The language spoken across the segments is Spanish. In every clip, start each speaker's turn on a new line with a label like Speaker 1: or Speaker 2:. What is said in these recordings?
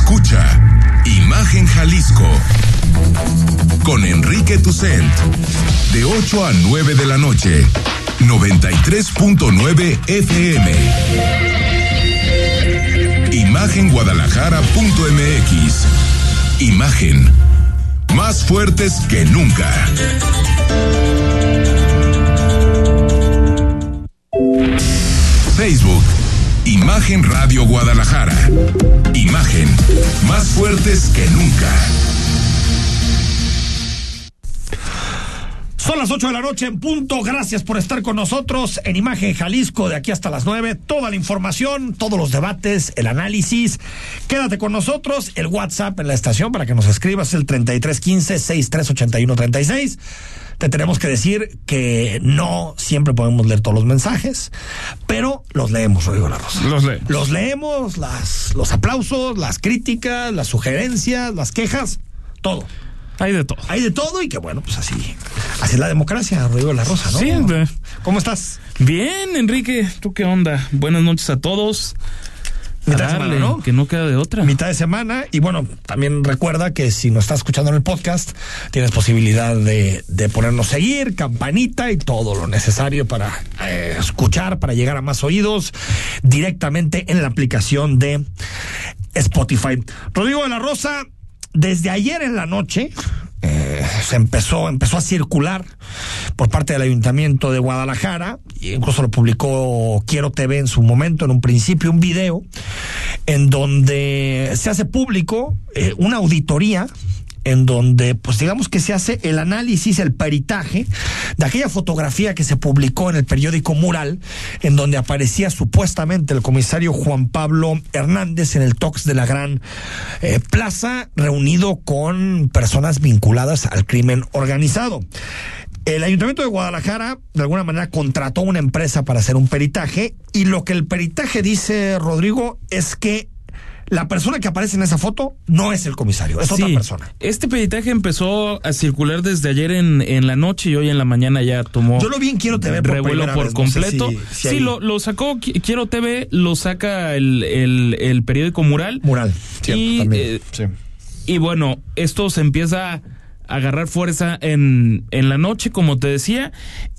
Speaker 1: Escucha Imagen Jalisco con Enrique Tucent de 8 a 9 de la noche, 93.9 FM. Imagenguadalajara.mx. Imagen, más fuertes que nunca. Facebook, Imagen Radio Guadalajara. Imagen, más fuertes que nunca.
Speaker 2: Son las 8 de la noche en punto. Gracias por estar con nosotros en Imagen Jalisco de aquí hasta las 9. Toda la información, todos los debates, el análisis. Quédate con nosotros. El WhatsApp en la estación para que nos escribas el 3315-638136. Te tenemos que decir que no siempre podemos leer todos los mensajes, pero los leemos, Rodrigo La Rosa. Los leemos, los aplausos, las críticas, las sugerencias, las quejas, todo.
Speaker 3: Hay de todo.
Speaker 2: Hay de todo y que bueno, pues así es la democracia, Rodrigo La Rosa, ¿no?
Speaker 3: Sí.
Speaker 2: ¿Cómo estás?
Speaker 3: Bien, Enrique. ¿Tú qué onda? Buenas noches a todos.
Speaker 2: Mitad de semana, ¿no?
Speaker 3: Que no queda de otra.
Speaker 2: Mitad de semana. Y bueno, también recuerda que si nos estás escuchando en el podcast, tienes posibilidad de ponernos seguir, campanita y todo lo necesario para escuchar, para llegar a más oídos directamente en la aplicación de Spotify. Rodrigo de la Rosa, desde ayer en la noche se empezó a circular por parte del Ayuntamiento de Guadalajara, e incluso lo publicó Quiero TV en su momento, en un principio, un video en donde se hace público una auditoría en donde, pues digamos que se hace el análisis, el peritaje de aquella fotografía que se publicó en el periódico Mural, en donde aparecía supuestamente el comisario Juan Pablo Hernández en el Tox de la Gran Plaza, reunido con personas vinculadas al crimen organizado. El Ayuntamiento de Guadalajara, de alguna manera, contrató una empresa para hacer un peritaje, y lo que el peritaje dice, Rodrigo, es que la persona que aparece en esa foto no es el comisario, es otra persona.
Speaker 3: Este peritaje empezó a circular desde ayer en la noche y hoy en la mañana ya tomó.
Speaker 2: Yo lo vi en Quiero TV por
Speaker 3: revuelo por completo.
Speaker 2: No sé si
Speaker 3: lo sacó Quiero TV, lo saca el periódico Mural.
Speaker 2: Mural, cierto, también.
Speaker 3: Sí. Y bueno, esto se empieza a agarrar fuerza en la noche, como te decía.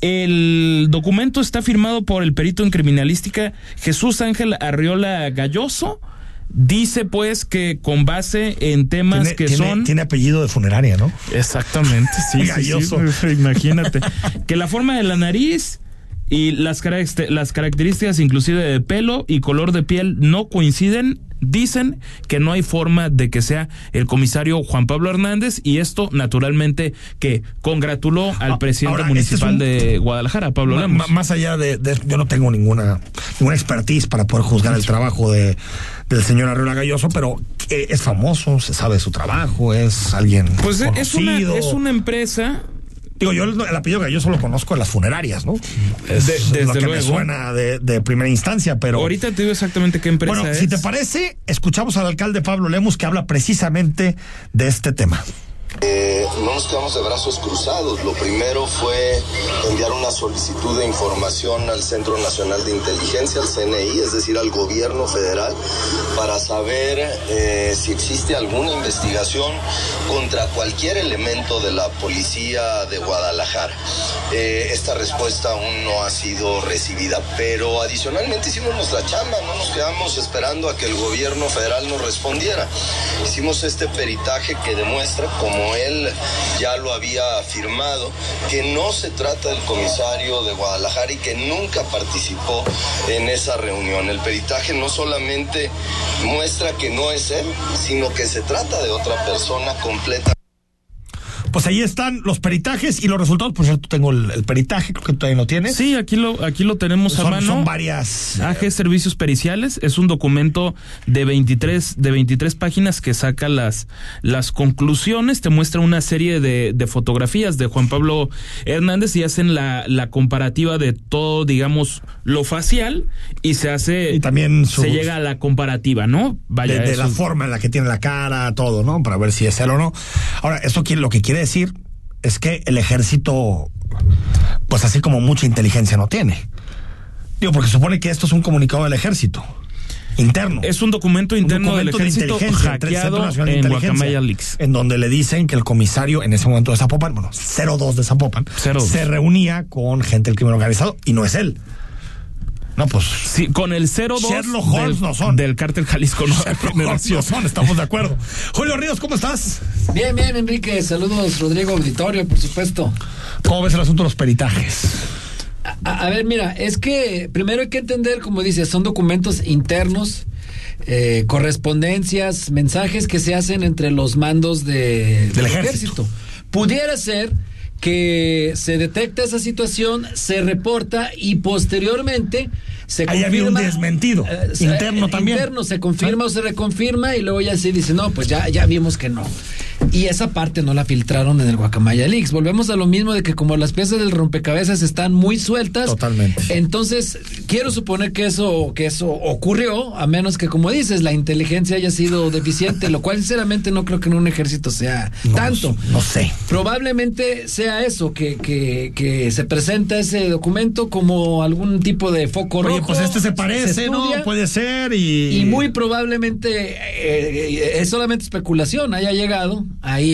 Speaker 3: El documento está firmado por el perito en criminalística Jesús Ángel Arriola Galloso. Dice pues que con base en temas
Speaker 2: tiene apellido de funeraria, ¿no?
Speaker 3: Exactamente, sí,
Speaker 2: Galloso.
Speaker 3: Sí, imagínate. Que la forma de la nariz y las características inclusive de pelo y color de piel no coinciden. Dicen que no hay forma de que sea el comisario Juan Pablo Hernández, y esto naturalmente que congratuló al presidente municipal de Guadalajara, Pablo Lemos.
Speaker 2: Más allá de yo no tengo ninguna expertise para poder juzgar el trabajo del señor Arriola Galloso, pero es famoso, se sabe su trabajo, es alguien
Speaker 3: pues
Speaker 2: conocido.
Speaker 3: Es una empresa.
Speaker 2: Digo, yo el apellido Galloso lo conozco en las funerarias, ¿no?
Speaker 3: Desde
Speaker 2: lo que
Speaker 3: luego.
Speaker 2: me suena de primera instancia, pero
Speaker 3: Ahorita te digo exactamente qué empresa
Speaker 2: bueno,
Speaker 3: es.
Speaker 2: si te parece, escuchamos al alcalde Pablo Lemos, que habla precisamente de este tema.
Speaker 4: No nos quedamos de brazos cruzados. Lo primero fue enviar una solicitud de información al Centro Nacional de Inteligencia, al CNI, es decir, al gobierno federal, para saber si existe alguna investigación contra cualquier elemento de la policía de Guadalajara. Esta respuesta aún no ha sido recibida, pero adicionalmente hicimos nuestra chamba, no nos quedamos esperando a que el gobierno federal nos respondiera. Hicimos este peritaje que demuestra, como él ya lo había afirmado, que no se trata del comisario de Guadalajara y que nunca participó en esa reunión. El peritaje no solamente muestra que no es él, sino que se trata de otra persona completa.
Speaker 2: Pues ahí están los peritajes y los resultados. Por cierto, tengo el peritaje, creo que tú también lo tienes.
Speaker 3: Sí, aquí lo tenemos a mano.
Speaker 2: Son varias.
Speaker 3: AG Servicios Periciales es un documento de 23 páginas que saca las conclusiones, te muestra una serie de fotografías de Juan Pablo Hernández y hacen la comparativa de todo, digamos, lo facial, y se hace,
Speaker 2: y también
Speaker 3: se llega a la comparativa, ¿no? Vaya,
Speaker 2: de la forma en la que tiene la cara, todo, ¿no? Para ver si es él o no. Ahora, esto lo que quiere decir es que el ejército, pues así como mucha inteligencia no tiene. Digo, porque supone que esto es un comunicado del ejército. interno.
Speaker 3: Es un documento interno del ejército hackeado en Guacamaya Leaks.
Speaker 2: En donde le dicen que el comisario en ese momento de Zapopan, 02 de Zapopan,
Speaker 3: 02.
Speaker 2: se reunía con gente del crimen organizado y no es él. No, pues.
Speaker 3: Sí, con el 02
Speaker 2: Sherlock Holmes no son.
Speaker 3: Del cártel Jalisco Nueva Generación.
Speaker 2: No son, estamos de acuerdo. Julio Ríos, ¿cómo estás?
Speaker 5: Bien, Enrique. Saludos, Rodrigo, auditorio, por supuesto.
Speaker 2: ¿Cómo ves el asunto de los peritajes?
Speaker 5: A ver, mira, es que primero hay que entender, como dices, son documentos internos, correspondencias, mensajes que se hacen entre los mandos del ejército. Pudiera ser que se detecta esa situación, se reporta y posteriormente se confirma.
Speaker 2: Ahí había un desmentido interno también.
Speaker 5: Interno, se confirma o se reconfirma y luego ya se dice, no, pues ya vimos que no. Y esa parte no la filtraron en el Guacamaya Leaks. Volvemos a lo mismo de que como las piezas del rompecabezas están muy sueltas.
Speaker 2: Totalmente.
Speaker 5: Entonces, quiero suponer que eso ocurrió, a menos que, como dices, la inteligencia haya sido deficiente, lo cual sinceramente no creo que en un ejército sea tanto.
Speaker 2: No sé.
Speaker 5: Probablemente sea eso, que se presenta ese documento como algún tipo de foco rojo.
Speaker 2: Oye, pues se parece, ¿no? Puede ser y
Speaker 5: muy probablemente es solamente especulación, haya llegado ahí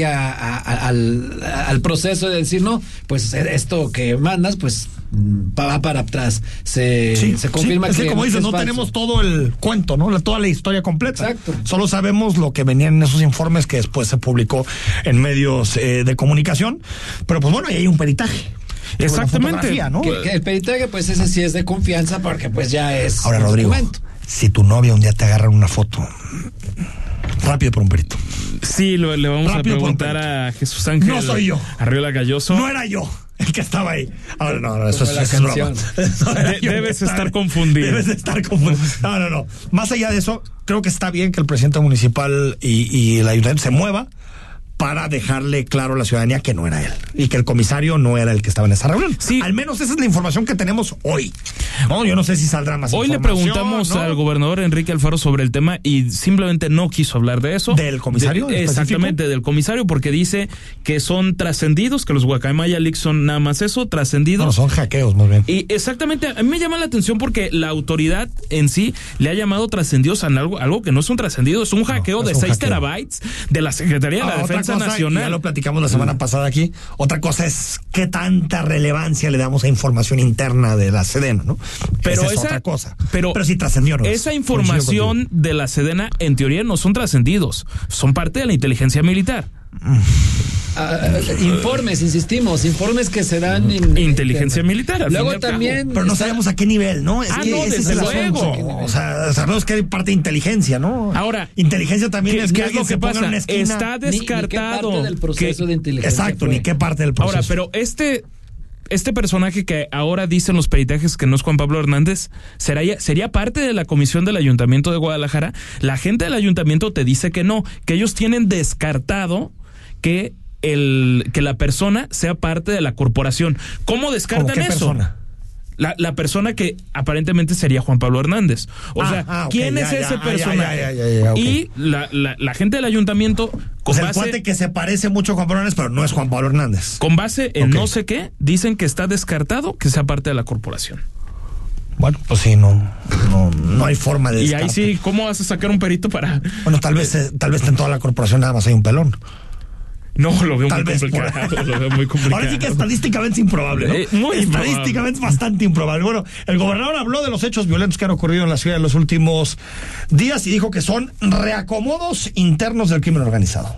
Speaker 5: al proceso de decir, no, pues esto que mandas, pues va para atrás. Se confirma que
Speaker 2: como dices, no
Speaker 5: falso.
Speaker 2: tenemos todo el cuento, ¿no? Toda la historia completa.
Speaker 5: Exacto.
Speaker 2: Solo sabemos lo que venía en esos informes que después se publicó en medios de comunicación. Pero pues bueno, ahí hay un peritaje.
Speaker 3: Exactamente,
Speaker 2: ¿no?
Speaker 5: Que el peritaje, pues ese sí es de confianza porque pues ya es.
Speaker 2: Ahora, Rodrigo,
Speaker 5: documento.
Speaker 2: Si tu novia un día te agarra una foto, rápido por un perito.
Speaker 3: Sí, le vamos
Speaker 2: Rápido
Speaker 3: a preguntar a Jesús Ángel.
Speaker 2: No soy yo.
Speaker 3: Arriola Galloso.
Speaker 2: No era yo el que estaba ahí. Ahora no, eso es
Speaker 5: canción.
Speaker 2: broma.
Speaker 3: Debes estar confundido.
Speaker 2: Debes estar confundido. No. Más allá de eso, creo que está bien que el presidente municipal y el ayuntamiento se mueva para dejarle claro a la ciudadanía que no era él y que el comisario no era el que estaba en esa reunión.
Speaker 3: Sí.
Speaker 2: Al menos esa es la información que tenemos hoy. No, yo no sé si saldrá más
Speaker 3: hoy
Speaker 2: información.
Speaker 3: Le preguntamos
Speaker 2: ¿no?
Speaker 3: al gobernador Enrique Alfaro sobre el tema y simplemente no quiso hablar de eso.
Speaker 2: ¿Del comisario?
Speaker 3: Exactamente, del comisario, porque dice que son trascendidos, que los Guacamaya Leaks son nada más eso, trascendidos.
Speaker 2: No, son hackeos, muy bien.
Speaker 3: Y exactamente, a mí me llama la atención porque la autoridad en sí le ha llamado trascendidos a algo que no es un trascendido, es un hackeo de 6 terabytes de la Secretaría de la Defensa Nacional.
Speaker 2: Ya lo platicamos la semana pasada aquí. Otra cosa es qué tanta relevancia le damos a información interna de la Sedena, ¿no?
Speaker 3: Pero
Speaker 2: esa es otra cosa. Pero sí trascendió, ¿no?
Speaker 3: Esa información de la Sedena, en teoría, no son trascendidos, son parte de la inteligencia militar.
Speaker 5: Informes, insistimos, informes que se dan
Speaker 3: inteligencia militar.
Speaker 5: Luego también,
Speaker 2: pero no sabemos a qué nivel, ¿no?
Speaker 3: Desde luego.
Speaker 2: O sea, sabemos que hay parte de inteligencia, ¿no?
Speaker 3: Ahora,
Speaker 2: inteligencia también es que alguien se ponga en una esquina.
Speaker 3: Está descartado.
Speaker 5: Ni qué parte del proceso de inteligencia.
Speaker 2: Exacto, ni qué parte del proceso.
Speaker 3: Ahora, pero este personaje que ahora dicen los peritajes que no es Juan Pablo Hernández, sería parte de la comisión del Ayuntamiento de Guadalajara. La gente del ayuntamiento te dice que no, que ellos tienen descartado que la persona sea parte de la corporación. ¿Cómo descartan eso?
Speaker 2: Persona?
Speaker 3: La persona que aparentemente sería Juan Pablo Hernández. O sea, ¿quién es ese personaje?
Speaker 2: Okay.
Speaker 3: Y la gente del ayuntamiento...
Speaker 2: Pues el cuate que se parece mucho a Juan Pablo Hernández, pero no es Juan Pablo Hernández.
Speaker 3: Con base en no sé qué, dicen que está descartado que sea parte de la corporación.
Speaker 2: Bueno, pues sí, no hay forma de
Speaker 3: descarte. Y ahí sí, ¿cómo vas a sacar un perito para...?
Speaker 2: Bueno, tal vez en toda la corporación nada más hay un pelón.
Speaker 3: No, lo veo muy complicado. Lo veo muy complicado.
Speaker 2: Ahora sí que estadísticamente es improbable, ¿no?
Speaker 3: Muy
Speaker 2: estadísticamente es bastante improbable. Bueno, el gobernador habló de los hechos violentos que han ocurrido en la ciudad en los últimos días y dijo que son reacomodos internos del crimen organizado.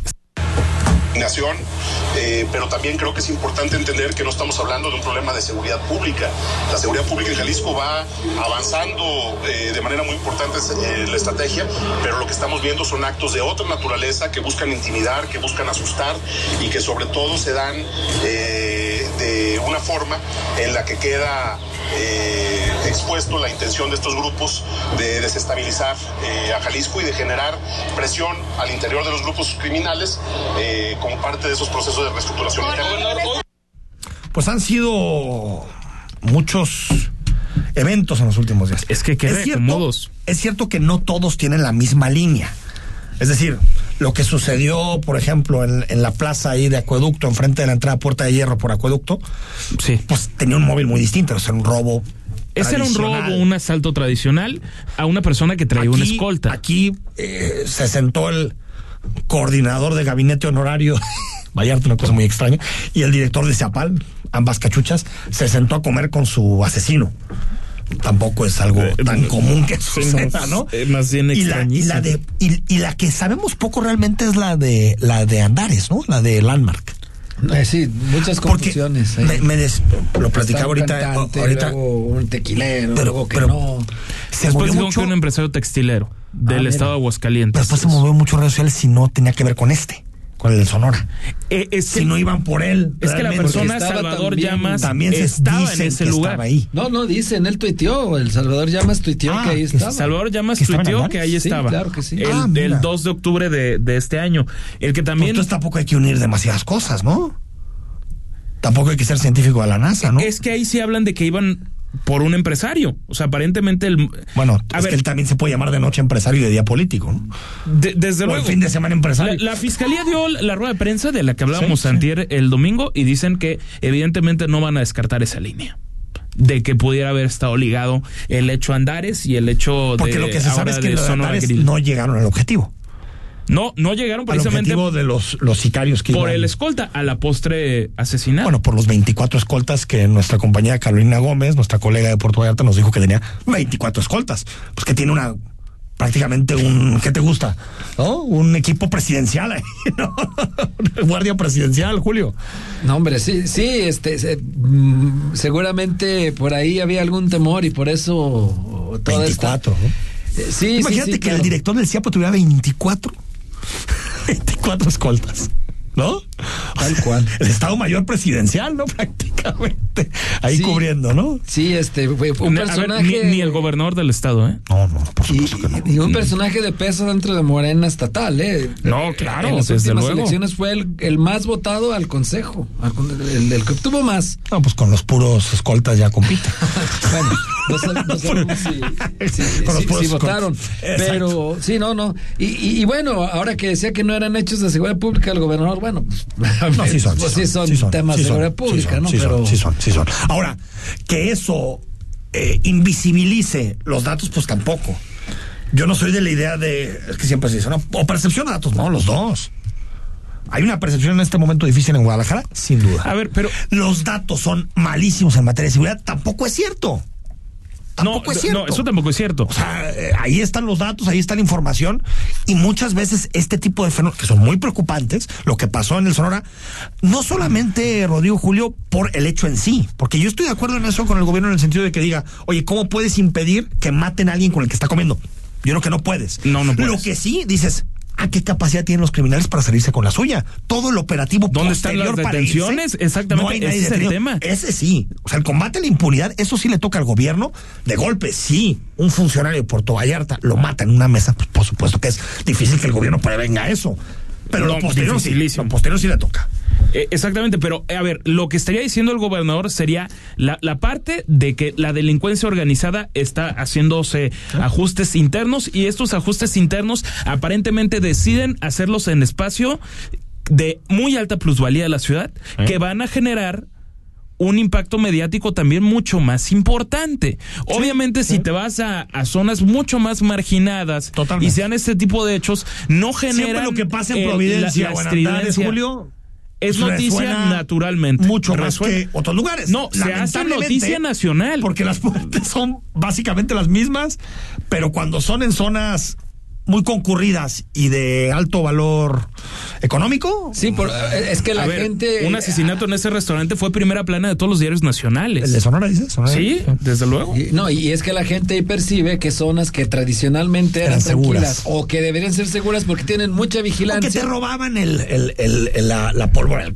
Speaker 6: Pero también creo que es importante entender que no estamos hablando de un problema de seguridad pública. La seguridad pública en Jalisco va avanzando de manera muy importante en la estrategia, pero lo que estamos viendo son actos de otra naturaleza que buscan intimidar, que buscan asustar y que sobre todo se dan de una forma en la que queda expuesto la intención de estos grupos de desestabilizar a Jalisco y de generar presión al interior de los grupos criminales como parte de esos procesos de reestructuración.
Speaker 2: Pues han sido muchos eventos en los últimos días.
Speaker 3: Es que
Speaker 2: es cierto que no todos tienen la misma línea. Es decir, lo que sucedió, por ejemplo, en la plaza ahí de Acueducto, enfrente de la entrada Puerta de Hierro por Acueducto,
Speaker 3: sí,
Speaker 2: pues tenía un móvil muy distinto, o sea, un robo
Speaker 3: Ese era un robo, un asalto tradicional a una persona que traía una escolta.
Speaker 2: Aquí se sentó el coordinador de gabinete honorario, Vallarta, una cosa muy extraña, y el director de Zapal, ambas cachuchas, se sentó a comer con su asesino. Tampoco es algo tan común que suceda, ¿no?
Speaker 3: Más bien extrañísimo.
Speaker 2: Y la que sabemos poco realmente es la de Andares, ¿no? La de Landmark.
Speaker 5: Sí, muchas confusiones.
Speaker 2: Lo platicaba ahorita.
Speaker 5: Luego un tequilero, luego que no.
Speaker 3: Después dijo que un empresario textilero del estado de Aguascalientes.
Speaker 2: Después se movió mucho en redes sociales si no tenía que ver con con el de Sonora.
Speaker 3: Si
Speaker 2: no iban por él.
Speaker 3: Es que la persona Salvador Llamas también estaba en ese lugar.
Speaker 2: Ahí.
Speaker 5: No, dicen, él tuiteó, el Salvador Llamas tuiteó que ahí estaba.
Speaker 3: Salvador Llamas tuiteó que ahí estaba.
Speaker 5: Claro que sí.
Speaker 3: El 2 de octubre de este año. El que también.
Speaker 2: Entonces tampoco hay que unir demasiadas cosas, ¿no? Tampoco hay que ser científico de la NASA, ¿no?
Speaker 3: Es que ahí sí hablan de que iban por un empresario. O sea, aparentemente
Speaker 2: que él también se puede llamar de noche empresario y de día político, ¿no?
Speaker 3: Desde luego.
Speaker 2: El fin de semana empresario.
Speaker 3: La fiscalía dio la rueda de prensa de la que hablábamos antier el domingo y dicen que evidentemente no van a descartar esa línea de que pudiera haber estado ligado el hecho Andares y el hecho
Speaker 2: porque lo que se sabe es que los Andares no llegaron al objetivo.
Speaker 3: No llegaron precisamente
Speaker 2: al objetivo de los sicarios que
Speaker 3: por
Speaker 2: iban.
Speaker 3: el escolta a la postre asesinato.
Speaker 2: Bueno, por los 24 escoltas que nuestra compañera Carolina Gómez, nuestra colega de Puerto Vallarta, nos dijo que tenía 24 escoltas. Pues que tiene prácticamente ¿qué te gusta? ¿No? Un equipo presidencial ahí, ¿no? Guardia presidencial, Julio.
Speaker 5: No, hombre, sí, seguramente por ahí había algún temor y por eso
Speaker 2: 24, ¿no?
Speaker 5: Sí,
Speaker 2: imagínate que el director del CIAPO tuviera 24 escoltas, ¿no?
Speaker 5: Tal cual.
Speaker 2: El Estado Mayor Presidencial, ¿no? Prácticamente. Ahí cubriendo, ¿no?
Speaker 5: Sí, fue un personaje.
Speaker 3: Ni el gobernador del estado, ¿eh?
Speaker 2: No, por supuesto que no.
Speaker 5: Y un personaje de peso dentro de Morena estatal, ¿eh?
Speaker 3: No, claro,
Speaker 5: en las
Speaker 3: desde
Speaker 5: últimas
Speaker 3: luego.
Speaker 5: elecciones fue el más votado al consejo, el que obtuvo más.
Speaker 2: No, pues con los puros escoltas ya compite.
Speaker 5: Bueno, no sabemos si votaron. Pero sí, no. Y bueno, ahora que decía que no eran hechos de seguridad pública, el gobernador, bueno, pues sí son temas de seguridad pública, ¿no?
Speaker 2: Sí son. Ahora, que eso invisibilice los datos, pues tampoco. Yo no soy de la idea es que siempre se dice, ¿no? O percepción de datos, no, los dos. ¿Hay una percepción en este momento difícil en Guadalajara? Sin duda.
Speaker 3: A ver, pero
Speaker 2: los datos son malísimos en materia de seguridad, tampoco es cierto. Tampoco es cierto.
Speaker 3: No, eso tampoco es cierto.
Speaker 2: O sea, ahí están los datos, ahí está la información y muchas veces este tipo de fenómenos que son muy preocupantes, lo que pasó en el Sonora, no solamente, Rodrigo, Julio, por el hecho en sí, porque yo estoy de acuerdo en eso con el gobierno en el sentido de que diga, oye, ¿cómo puedes impedir que maten a alguien con el que está comiendo? Yo creo que no puedes.
Speaker 3: No puedes.
Speaker 2: Lo que sí, dices, ¿a qué capacidad tienen los criminales para salirse con la suya? Todo el operativo
Speaker 3: ¿dónde están las detenciones? Exactamente,
Speaker 2: no hay nadie
Speaker 3: ese es el tema.
Speaker 2: Ese sí. O sea, el combate a la impunidad, eso sí le toca al gobierno. De golpe, sí, un funcionario de Puerto Vallarta lo mata en una mesa, pues por supuesto que es difícil que el gobierno prevenga eso. Pero lo posterior sí le toca.
Speaker 3: Exactamente, pero a ver, lo que estaría diciendo el gobernador sería la parte de que la delincuencia organizada está haciéndose ajustes internos y estos ajustes internos aparentemente deciden hacerlos en espacio de muy alta plusvalía de la ciudad que van a generar un impacto mediático también mucho más importante. Obviamente, si te vas a zonas mucho más marginadas y sean este tipo de hechos, no generan
Speaker 2: siempre lo que pasa en Providencia o en Andares, Julio,
Speaker 3: es noticia naturalmente.
Speaker 2: Mucho más que otros lugares.
Speaker 3: No, se hace noticia nacional.
Speaker 2: Porque las fuentes son básicamente las mismas, pero cuando son en zonas muy concurridas y de alto valor económico.
Speaker 5: Sí, es que la gente...
Speaker 3: Un asesinato en ese restaurante fue primera plana de todos los diarios nacionales.
Speaker 2: ¿El de Sonora dices?
Speaker 3: Sí, desde luego.
Speaker 5: Y es que la gente ahí percibe que zonas que tradicionalmente eran tranquilas o que deberían ser seguras porque tienen mucha vigilancia.
Speaker 2: O que te robaban la pólvora,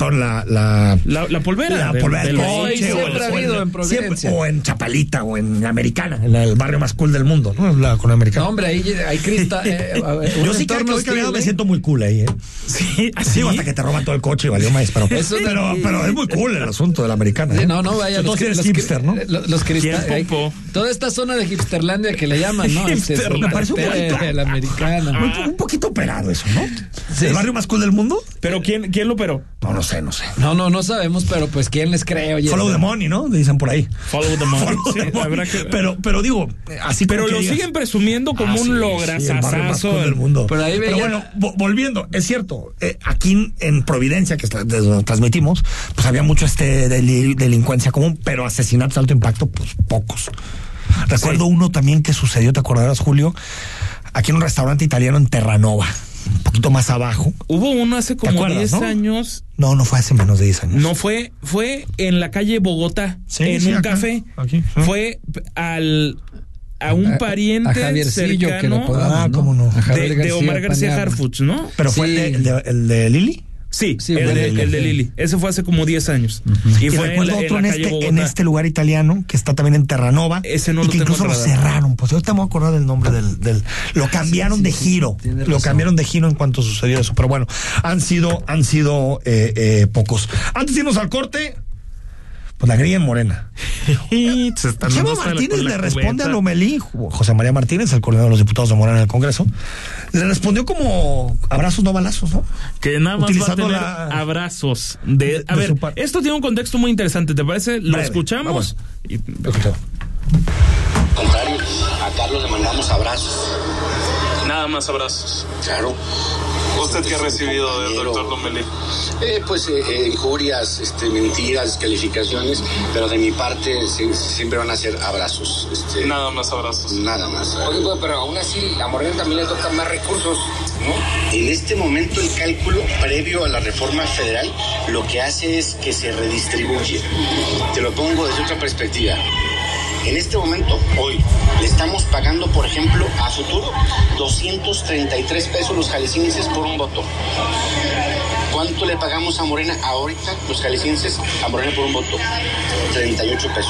Speaker 3: la polvera.
Speaker 2: La polvera del coche.
Speaker 5: Siempre ha habido en Providencia.
Speaker 2: O en Chapalita o en La Americana, en el barrio más cool del mundo, ¿no? Con la Americana.
Speaker 5: No, hombre, ahí Cristo.
Speaker 2: Yo sí que me siento muy cool ahí, ¿eh?
Speaker 3: Sí, así.
Speaker 2: Hasta que te roban todo el coche y valió más. Pero es muy cool el asunto de la Americana.
Speaker 5: Sí, no, vaya.
Speaker 2: Entonces eres hipster, ¿no?
Speaker 5: Los cristales. Toda esta zona de hipsterlandia que le llaman, ¿no?
Speaker 2: Me parece un poquito.
Speaker 5: La Americana.
Speaker 2: Un poquito operado eso, ¿no? Sí, el barrio más cool del mundo.
Speaker 3: ¿Pero quién lo operó?
Speaker 2: No sé.
Speaker 5: No sabemos, pero pues ¿quién les cree? Oye,
Speaker 2: Follow the money, ¿no? Dicen por ahí.
Speaker 3: Follow the money. Sí, habrá que...
Speaker 2: Pero digo, así
Speaker 3: pero
Speaker 2: como
Speaker 3: lo siguen presumiendo como un lograzazazo
Speaker 2: del mundo.
Speaker 5: Pero
Speaker 2: bueno, volviendo, es cierto, aquí en Providencia, que transmitimos, pues había mucho delincuencia común, pero asesinatos de alto impacto, pues pocos. Recuerdo uno también que sucedió, ¿te acordarás, Julio? Aquí en un restaurante italiano en Terranova, un poquito más abajo.
Speaker 3: Hubo uno hace como 10 años.
Speaker 2: No fue hace menos de 10 años.
Speaker 3: No, fue en la calle Bogotá, en un café. Aquí. Fue a un pariente cercano
Speaker 2: ¿cómo no?
Speaker 3: de Omar García Harfuch, ¿no?
Speaker 2: Pero fue el de Lili.
Speaker 3: Sí, el de Lili. Ese fue hace como 10 años. Y fue
Speaker 2: recuerdo otro en este lugar italiano que está también en Terranova.
Speaker 3: Ese no
Speaker 2: y
Speaker 3: lo
Speaker 2: que
Speaker 3: tengo
Speaker 2: incluso lo cerraron. Pues ahorita me voy a acordar del nombre del lo cambiaron de giro. Lo cambiaron de giro en cuanto sucedió eso. Pero bueno, han sido pocos. Antes de irnos al corte, pues la grilla en Morena. Chema Martínez le responde a Lomelí, José María Martínez, el coordinador de los diputados de Morena en el Congreso, le respondió como abrazos, no balazos, ¿no?
Speaker 3: Que nada más utilizando va a tener abrazos. A ver, esto tiene un contexto muy interesante, ¿te parece? Lo escuchamos.
Speaker 7: Contrario, a Carlos le mandamos abrazos.
Speaker 8: Nada más abrazos.
Speaker 7: Claro.
Speaker 8: ¿Usted qué ha recibido del doctor Lomelí?
Speaker 7: Injurias, mentiras, calificaciones, pero de mi parte siempre van a ser abrazos.
Speaker 8: Nada más abrazos.
Speaker 7: Nada más.
Speaker 9: Oye, pero aún así a Morena también le tocan más recursos, ¿no?
Speaker 7: En este momento el cálculo previo a la reforma federal lo que hace es que se redistribuye. Te lo pongo desde otra perspectiva. En este momento, hoy, le estamos pagando, por ejemplo, a Futuro 233 pesos los jaliscienses por un voto. ¿Cuánto le pagamos a Morena ahorita, los jaliscienses, a Morena por un voto? 38 pesos.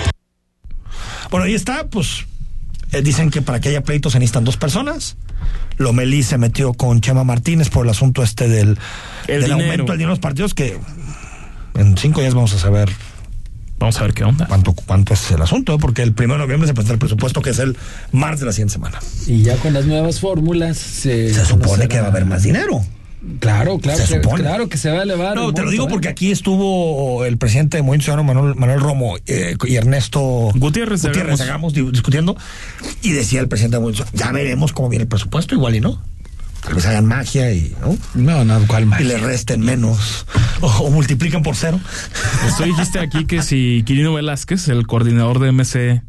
Speaker 2: Bueno, ahí está, pues, dicen que para que haya pleitos se necesitan 2 personas. Lomelí se metió con Chema Martínez por el asunto del aumento del dinero de los partidos, que en 5 días vamos a saber.
Speaker 3: Vamos a ver qué onda.
Speaker 2: ¿Cuánto es el asunto? Porque el 1 de noviembre se presenta el presupuesto, que es el martes de la siguiente semana.
Speaker 5: Y ya con las nuevas fórmulas
Speaker 2: se supone que va a haber más dinero.
Speaker 5: Claro que se va a elevar.
Speaker 2: No, te lo digo porque aquí estuvo el presidente de Movimiento Ciudadano, Manuel Romo, y Ernesto Gutiérrez Hagamos discutiendo, y decía el presidente de Movimiento Ciudadano, ya veremos cómo viene el presupuesto, igual y no. Tal vez hagan magia y
Speaker 5: no, ¿cuál magia?
Speaker 2: Y le resten menos o multiplican por 0.
Speaker 3: Tú dijiste aquí que si Quirino Velázquez, el coordinador de MC,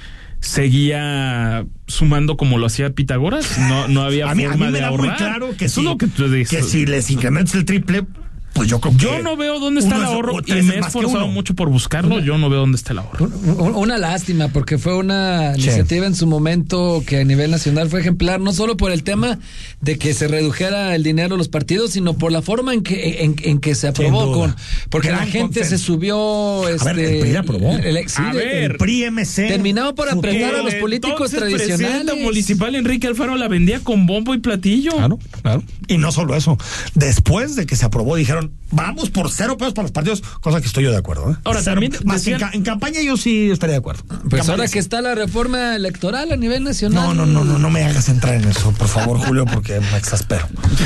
Speaker 3: seguía sumando como lo hacía Pitágoras, no había forma de ahorrar. A mí me da muy
Speaker 2: claro que si les incrementas el triple, pues yo creo que
Speaker 3: yo no veo dónde está el ahorro, y me he esforzado mucho por buscarlo. Yo no veo dónde está el ahorro.
Speaker 5: Una lástima, porque fue una iniciativa en su momento que a nivel nacional fue ejemplar, no solo por el tema de que se redujera el dinero a los partidos, sino por la forma en que se aprobó, porque la gente se subió.
Speaker 2: A ver, el PRI aprobó.
Speaker 5: El
Speaker 2: PRI MC
Speaker 5: terminado por apretar a los políticos tradicionales. El
Speaker 3: presidente municipal Enrique Alfaro la vendía con bombo y platillo.
Speaker 2: Claro. Y no solo eso, después de que se aprobó dijeron, vamos por 0 pesos para los partidos, cosa que estoy yo de acuerdo.
Speaker 3: Ahora, también
Speaker 2: más en campaña yo sí estaría de acuerdo.
Speaker 5: Pues ahora que está la reforma electoral a nivel nacional.
Speaker 2: No me hagas entrar en eso, por favor, Julio, porque me exaspero.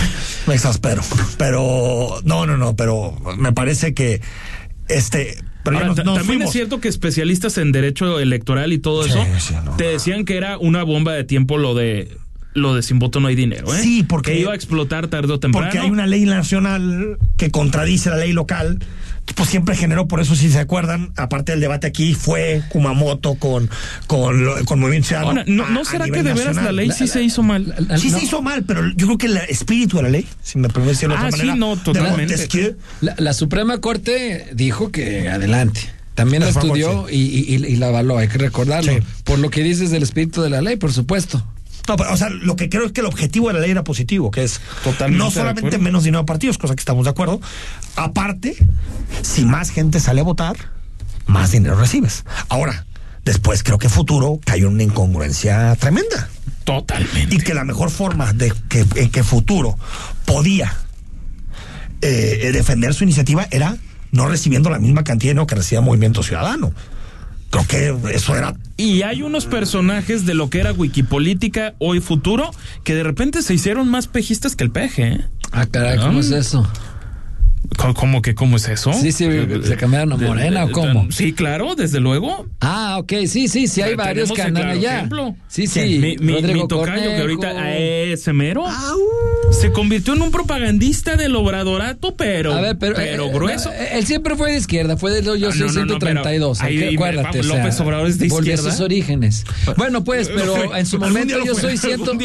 Speaker 2: Pero pero me parece que pero
Speaker 3: ahora, también es cierto que especialistas en derecho electoral y todo eso te decían que era una bomba de tiempo lo de sin voto no hay dinero, ¿eh?
Speaker 2: Sí, porque
Speaker 3: que iba a explotar tarde o temprano.
Speaker 2: Porque hay una ley nacional que contradice la ley local. Pues siempre generó, por eso si se acuerdan, aparte del debate aquí, fue Kumamoto con Movimiento Ciudadano.
Speaker 3: ¿No será que de veras la ley sí se hizo mal?
Speaker 2: Se hizo mal, pero yo creo que el espíritu de la ley, si me permite decirlo de otra manera.
Speaker 3: Sí, no, totalmente.
Speaker 5: La Suprema Corte dijo que adelante. También la estudió y la avaló, hay que recordarlo. Sí. Por lo que dices del espíritu de la ley, por supuesto.
Speaker 2: No, pero, lo que creo es que el objetivo de la ley era positivo, que es totalmente no solamente menos dinero a partidos, cosa que estamos de acuerdo. Aparte, si más gente sale a votar, más dinero recibes. Ahora, después creo que Futuro cayó en una incongruencia tremenda.
Speaker 3: Totalmente.
Speaker 2: Y que la mejor forma en que Futuro podía defender su iniciativa era no recibiendo la misma cantidad de dinero que recibía Movimiento Ciudadano. Creo que eso era.
Speaker 3: Y hay unos personajes de lo que era Wikipolítica, hoy Futuro, que de repente se hicieron más pejistas que el peje, ¿eh?
Speaker 5: Caray, ¿cómo es eso?
Speaker 3: ¿Cómo es eso?
Speaker 5: Sí, ¿se cambiaron a Morena o cómo?
Speaker 3: Sí, claro, desde luego.
Speaker 5: Ah, ok, sí, hay varios que andan allá.
Speaker 3: Ejemplo.
Speaker 5: Sí.
Speaker 3: Mi tocayo, que ahorita ese mero, se convirtió en un propagandista del obradorato, pero grueso.
Speaker 5: Él siempre fue de izquierda, fue de yo soy 132. Acuérdate,
Speaker 3: López Obrador es de izquierda.
Speaker 5: Volvió a sus orígenes. Bueno, pues, pero en su momento yo soy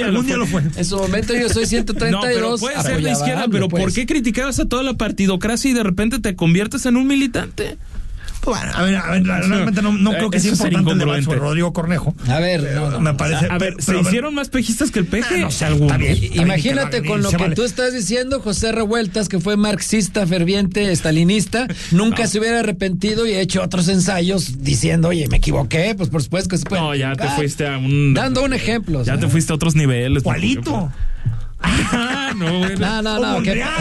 Speaker 5: 132.
Speaker 3: No, pero puede ser de izquierda, pero ¿por qué criticabas a toda la partidocracia y de repente te conviertes en un militante?
Speaker 2: Bueno, a ver, realmente no creo que sea importante el debate sobre Rodrigo Cornejo.
Speaker 5: A ver,
Speaker 2: me parece.
Speaker 3: A ver, ¿se hicieron más pejistas que el peje?
Speaker 2: No sé, algunos.
Speaker 5: Imagínate con lo que tú estás diciendo, José Revueltas, que fue marxista, ferviente, estalinista, nunca se hubiera arrepentido y hecho otros ensayos diciendo, oye, me equivoqué, pues por supuesto que se puede.
Speaker 3: No, ya te fuiste a
Speaker 5: dando un ejemplo.
Speaker 3: Ya te fuiste a otros niveles.
Speaker 2: ¿Cuálito?
Speaker 5: No.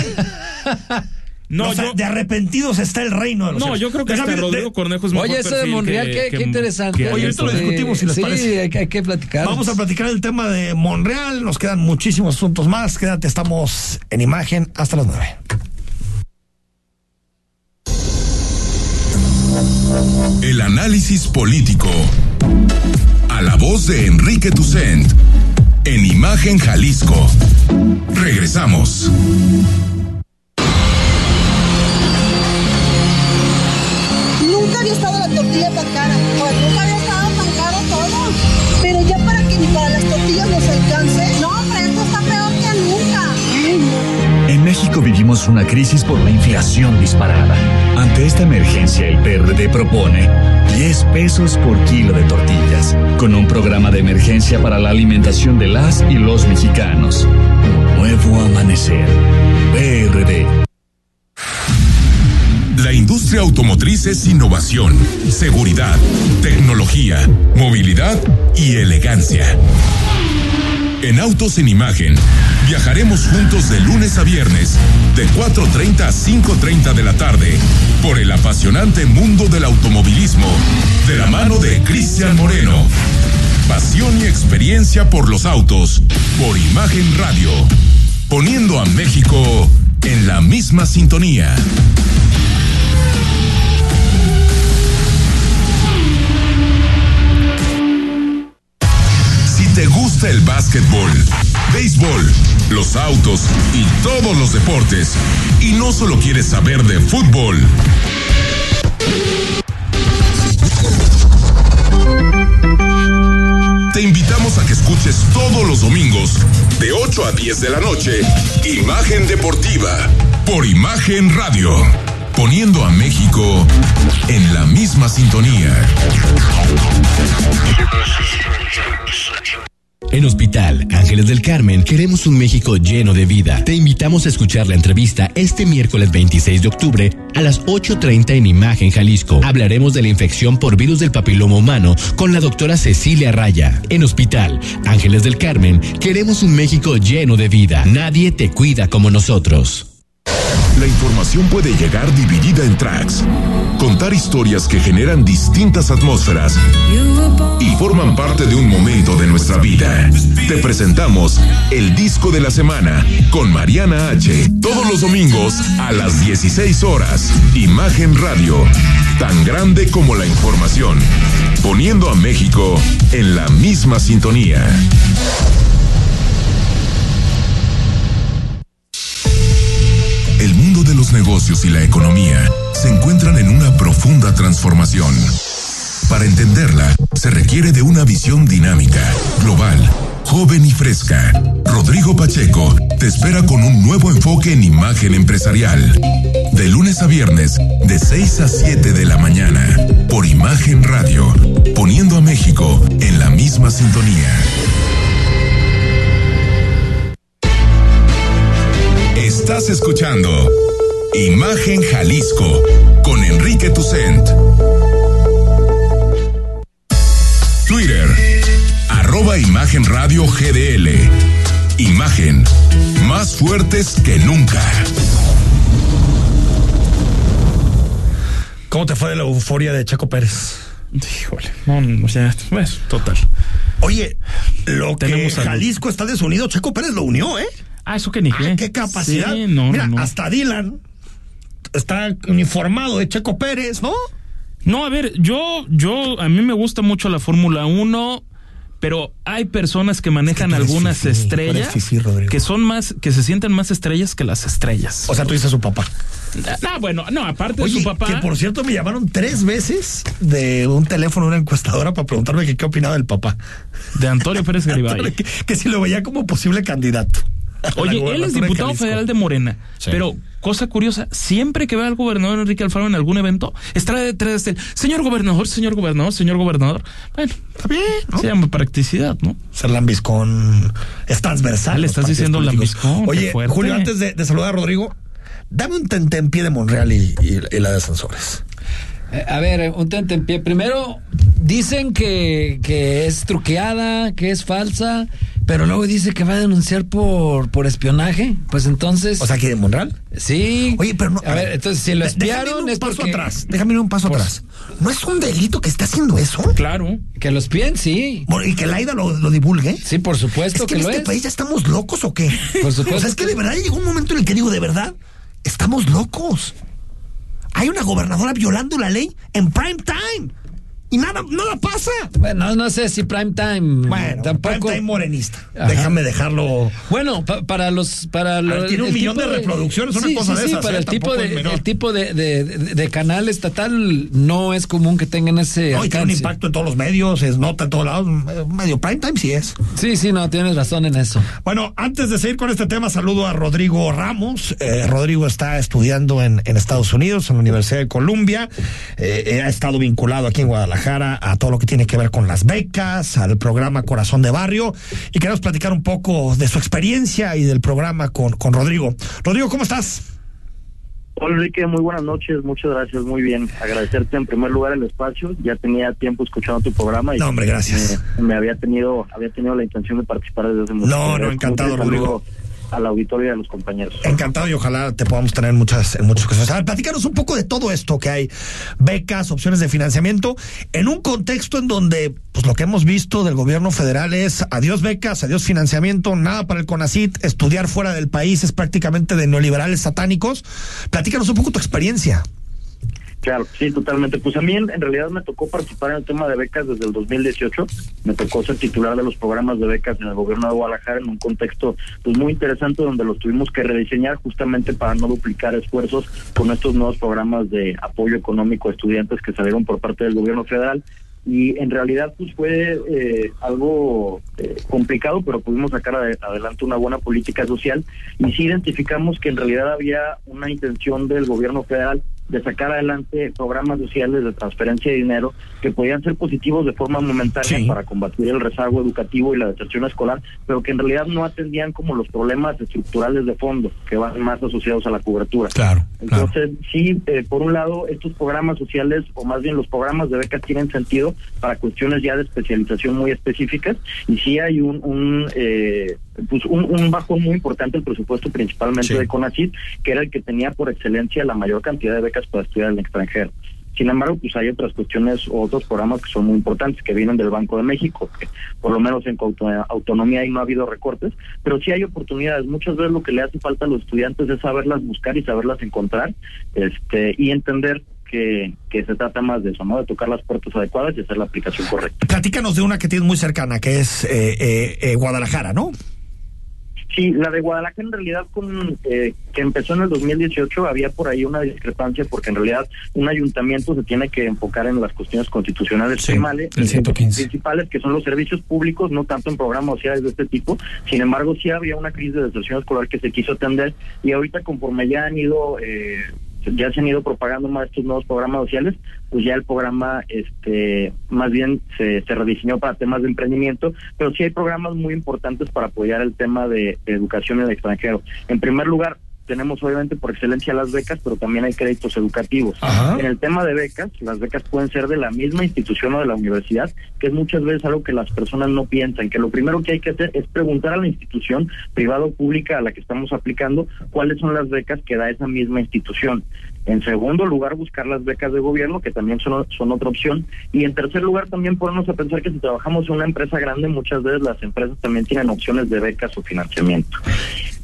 Speaker 2: No, de arrepentidos está el reino de los cielos.
Speaker 3: Yo creo que Rodrigo Cornejo es mejor.
Speaker 5: Oye, ese de Monreal, qué interesante.
Speaker 2: Oye, esto lo discutimos, si les parece.
Speaker 5: Sí, hay que platicar.
Speaker 2: Vamos a platicar el tema de Monreal. Nos quedan muchísimos asuntos más. Quédate, estamos en Imagen hasta las 9.
Speaker 1: El análisis político. A la voz de Enrique Tucent. En Imagen Jalisco. Regresamos.
Speaker 10: Nunca había estado la tortilla tan cara, nunca había estado tan caro todo. Pero ya para que ni para las tortillas nos alcance, no, pero esto está peor que nunca.
Speaker 11: En México vivimos una crisis por la inflación disparada. Ante esta emergencia, el PRD propone 10 pesos por kilo de tortillas, con un programa de emergencia para la alimentación de las y los mexicanos. Un nuevo amanecer. PRD.
Speaker 1: La industria automotriz es innovación, seguridad, tecnología, movilidad y elegancia. En Autos en Imagen, viajaremos juntos de lunes a viernes, de 4:30 a 5:30 de la tarde, por el apasionante mundo del automovilismo, de la mano de Cristian Moreno. Pasión y experiencia por los autos, por Imagen Radio, poniendo a México en la misma sintonía. ¿Te gusta el básquetbol, béisbol, los autos y todos los deportes y no solo quieres saber de fútbol? Te invitamos a que escuches todos los domingos de 8 a 10 de la noche Imagen Deportiva por Imagen Radio, poniendo a México en la misma sintonía.
Speaker 12: En Hospital Ángeles del Carmen queremos un México lleno de vida. Te invitamos a escuchar la entrevista este miércoles 26 de octubre a las 8:30 en Imagen Jalisco. Hablaremos de la infección por virus del papiloma humano con la doctora Cecilia Raya. En Hospital Ángeles del Carmen queremos un México lleno de vida. Nadie te cuida como nosotros.
Speaker 1: La información puede llegar dividida en tracks, contar historias que generan distintas atmósferas y forman parte de un momento de nuestra vida. Te presentamos el disco de la semana con Mariana H. Todos los domingos a las 16 horas. Imagen Radio, tan grande como la información, poniendo a México en la misma sintonía. El mundo de los negocios y la economía se encuentran en una profunda transformación. Para entenderla, se requiere de una visión dinámica, global, joven y fresca. Rodrigo Pacheco te espera con un nuevo enfoque en imagen empresarial. De lunes a viernes, de 6 a 7 de la mañana, por Imagen Radio, poniendo a México en la misma sintonía. Estás escuchando Imagen Jalisco con Enrique Tucent. Twitter, @Imagen Radio GDL. Imagen, más fuertes que nunca.
Speaker 2: ¿Cómo te fue de la euforia de Checo Pérez?
Speaker 3: Híjole, no, o sea, pues, total.
Speaker 2: Oye, lo que Jalisco está desunido, Checo Pérez lo unió, ¿eh?
Speaker 3: Eso que ni qué.
Speaker 2: ¡Qué capacidad!
Speaker 3: Sí,
Speaker 2: Mira, hasta Dylan, está uniformado de Checo Pérez, ¿no?
Speaker 3: No, a ver, a mí me gusta mucho la Fórmula 1, pero hay personas que manejan algunas estrellas que se sienten más estrellas que las estrellas.
Speaker 2: O sea, tú dices su papá.
Speaker 3: Aparte de su papá.
Speaker 2: Que por cierto me llamaron 3 veces de un teléfono, una encuestadora, para preguntarme qué opinaba del papá.
Speaker 3: De Antonio Pérez Garibay.
Speaker 2: que si lo veía como posible candidato.
Speaker 3: Oye, él es diputado federal de Morena, sí. Pero cosa curiosa, siempre que ve al gobernador Enrique Alfaro en algún evento, está detrás de él, señor gobernador. Bueno, está bien, ¿no? Se llama practicidad, ¿no?
Speaker 2: Ser lambiscón es transversal.
Speaker 3: Le estás diciendo lambiscón.
Speaker 2: Oye, Julio, antes de saludar a Rodrigo, dame un tentempié de Monreal y la de Sansores.
Speaker 5: A ver, un tentempié. Primero, dicen que es truqueada, que es falsa, pero luego dice que va a denunciar por espionaje. Pues entonces...
Speaker 2: O sea, ¿que de Monreal?
Speaker 5: Sí.
Speaker 2: Oye, pero no...
Speaker 5: A ver, entonces, si lo espiaron es porque...
Speaker 2: Déjame ir un paso atrás. ¿No es un delito que esté haciendo eso?
Speaker 5: Claro. Que lo espíen, sí.
Speaker 2: ¿Y que Laida lo divulgue?
Speaker 5: Sí, por supuesto que lo es.
Speaker 2: ¿En este país ya estamos locos o qué?
Speaker 5: Por supuesto.
Speaker 2: O sea, es que de verdad llegó un momento en el que digo, de verdad, estamos locos. Hay una gobernadora violando la ley en prime time. Y nada pasa.
Speaker 5: Bueno, no sé si prime time.
Speaker 2: Bueno,
Speaker 5: tampoco.
Speaker 2: Prime time morenista. Ajá. Déjame dejarlo.
Speaker 5: Bueno, para los.
Speaker 2: Tiene 1 millón de reproducciones, una cosa de esas.
Speaker 5: Para el tipo de canal estatal no es común que tengan ese.
Speaker 2: No, y tiene un impacto en todos los medios, es nota en todos lados. Medio prime time sí es.
Speaker 5: Sí, no, tienes razón en eso.
Speaker 2: Bueno, antes de seguir con este tema, saludo a Rodrigo Ramos. Rodrigo está estudiando en Estados Unidos, en la Universidad de Columbia. Ha estado vinculado aquí en Guadalajara a todo lo que tiene que ver con las becas, al programa Corazón de Barrio, y queremos platicar un poco de su experiencia y del programa con Rodrigo. Rodrigo, ¿cómo estás?
Speaker 13: Hola Enrique, muy buenas noches, muchas gracias, muy bien. Agradecerte en primer lugar el espacio, ya tenía tiempo escuchando tu programa y
Speaker 2: no, hombre, gracias.
Speaker 13: Me había tenido la intención de participar desde hace mucho tiempo.
Speaker 2: No, encantado, Rodrigo.
Speaker 13: Al auditorio y a los compañeros.
Speaker 2: Encantado, y ojalá te podamos tener en muchas cosas. A ver, platícanos un poco de todo esto que hay, becas, opciones de financiamiento, en un contexto en donde, pues lo que hemos visto del gobierno federal es adiós becas, adiós financiamiento, nada para el CONACYT, estudiar fuera del país es prácticamente de neoliberales satánicos. Platícanos un poco tu experiencia.
Speaker 13: Claro, sí, totalmente. Pues a mí en realidad me tocó participar en el tema de becas desde el 2018. Me tocó ser titular de los programas de becas en el gobierno de Guadalajara en un contexto pues muy interesante donde los tuvimos que rediseñar justamente para no duplicar esfuerzos con estos nuevos programas de apoyo económico a estudiantes que salieron por parte del gobierno federal. Y en realidad pues fue algo complicado, pero pudimos sacar adelante una buena política social y sí identificamos que en realidad había una intención del gobierno federal de sacar adelante programas sociales de transferencia de dinero que podían ser positivos de forma momentánea para combatir el rezago educativo y la deserción escolar, pero que en realidad no atendían como los problemas estructurales de fondo que van más asociados a la cobertura.
Speaker 2: Claro.
Speaker 13: Entonces, sí, por un lado, estos programas sociales, o más bien los programas de becas, tienen sentido para cuestiones ya de especialización muy específicas, y sí hay un bajón muy importante el presupuesto principalmente de CONACYT, que era el que tenía por excelencia la mayor cantidad de becas para estudiar en el extranjero. Sin embargo, pues hay otras cuestiones o otros programas que son muy importantes, que vienen del Banco de México, que por lo menos en autonomía ahí no ha habido recortes, pero sí hay oportunidades. Muchas veces lo que le hace falta a los estudiantes es saberlas buscar y saberlas encontrar, y entender que se trata más de eso, ¿no? De tocar las puertas adecuadas y hacer la aplicación correcta.
Speaker 2: Platícanos de una que tienes muy cercana, que es Guadalajara, ¿no?
Speaker 13: Sí, la de Guadalajara en realidad que empezó en el 2018 había por ahí una discrepancia porque en realidad un ayuntamiento se tiene que enfocar en las cuestiones constitucionales principales, que son los servicios públicos, no tanto en programas sociales de este tipo. Sin embargo, sí había una crisis de deserción escolar que se quiso atender, y ahorita conforme ya se han ido propagando más estos nuevos programas sociales, pues ya el programa más bien se rediseñó para temas de emprendimiento, pero sí hay programas muy importantes para apoyar el tema de educación en el extranjero. En primer lugar, tenemos obviamente por excelencia las becas, pero también hay créditos educativos. Ajá. En el tema de becas, las becas pueden ser de la misma institución o de la universidad, que es muchas veces algo que las personas no piensan, que lo primero que hay que hacer es preguntar a la institución privada o pública a la que estamos aplicando cuáles son las becas que da esa misma institución. En segundo lugar, buscar las becas de gobierno, que también son otra opción. Y en tercer lugar, también ponernos a pensar que si trabajamos en una empresa grande, muchas veces las empresas también tienen opciones de becas o financiamiento.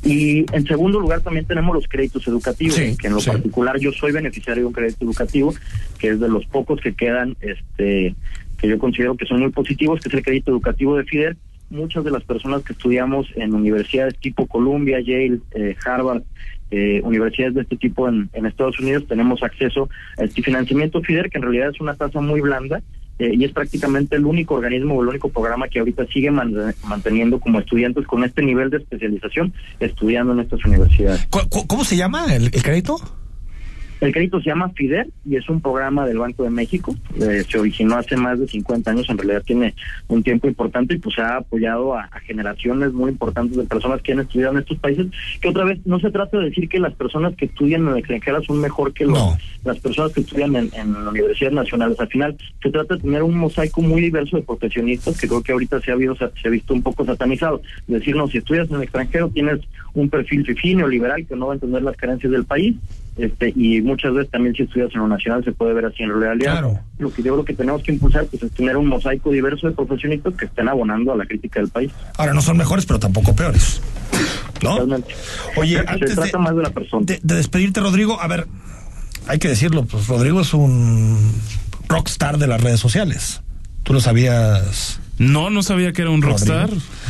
Speaker 13: Y en segundo lugar también tenemos los créditos educativos, que en lo particular yo soy beneficiario de un crédito educativo, que es de los pocos que quedan, que yo considero que son muy positivos, que es el crédito educativo de FIDER. Muchas de las personas que estudiamos en universidades tipo Columbia, Yale, Harvard, universidades de este tipo en Estados Unidos, tenemos acceso a este financiamiento FIDER, que en realidad es una tasa muy blanda, y es prácticamente el único organismo o el único programa que ahorita sigue manteniendo como estudiantes con este nivel de especialización estudiando en estas universidades.
Speaker 2: ¿Cómo se llama el crédito?
Speaker 13: El crédito se llama FIDER y es un programa del Banco de México. Se originó hace más de 50 años, en realidad tiene un tiempo importante y pues ha apoyado a generaciones muy importantes de personas que han estudiado en estos países, que otra vez no se trata de decir que las personas que estudian en el extranjero son mejor que las personas que estudian en universidades nacionales. Al final se trata de tener un mosaico muy diverso de profesionistas que creo que ahorita se ha visto un poco satanizado. Es decir, no, si estudias en el extranjero tienes un perfil fifí, neoliberal, que no va a entender las carencias del país. Y muchas veces también si estudias en lo nacional se puede ver así en realidad. Claro. Lo que yo creo que tenemos que impulsar pues es tener un mosaico diverso de profesionistas que estén abonando a la crítica del país.
Speaker 2: Ahora, no son mejores, pero tampoco peores, ¿no?
Speaker 13: Totalmente.
Speaker 2: Oye,
Speaker 13: se trata más de la persona.
Speaker 2: De despedirte, Rodrigo, a ver, hay que decirlo, pues Rodrigo es un rockstar de las redes sociales. ¿Tú lo sabías?
Speaker 3: No sabía que era un rockstar.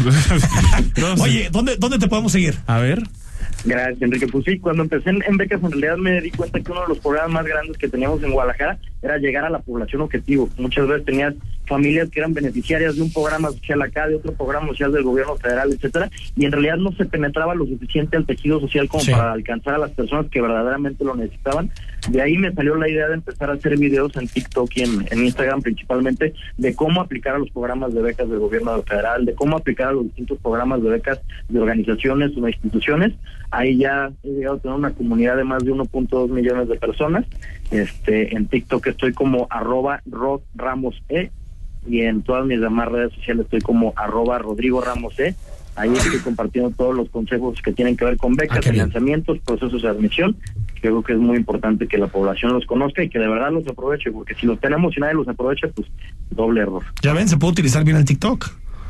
Speaker 2: Oye, ¿dónde te podemos seguir?
Speaker 3: A ver.
Speaker 13: Gracias, Enrique. Pues sí, cuando empecé en becas, en realidad me di cuenta que uno de los programas más grandes que teníamos en Guadalajara era llegar a la población objetivo. Muchas veces tenías familias que eran beneficiarias de un programa social acá, de otro programa social del gobierno federal, etcétera, y en realidad no se penetraba lo suficiente al tejido social como para alcanzar a las personas que verdaderamente lo necesitaban. De ahí me salió la idea de empezar a hacer videos en TikTok y en Instagram principalmente, de cómo aplicar a los programas de becas del gobierno federal, de cómo aplicar a los distintos programas de becas de organizaciones o de instituciones. Ahí ya he llegado a tener una comunidad de más de 1.2 millones de personas. En TikTok estoy como @RodRamosE, y en todas mis demás redes sociales estoy como @RodrigoRamosE. Ahí estoy compartiendo todos los consejos que tienen que ver con becas, financiamientos, procesos de admisión. Creo que es muy importante que la población los conozca y que de verdad los aproveche, porque si los tenemos y nadie los aprovecha, pues doble error.
Speaker 2: Ya ven, se puede utilizar bien el TikTok.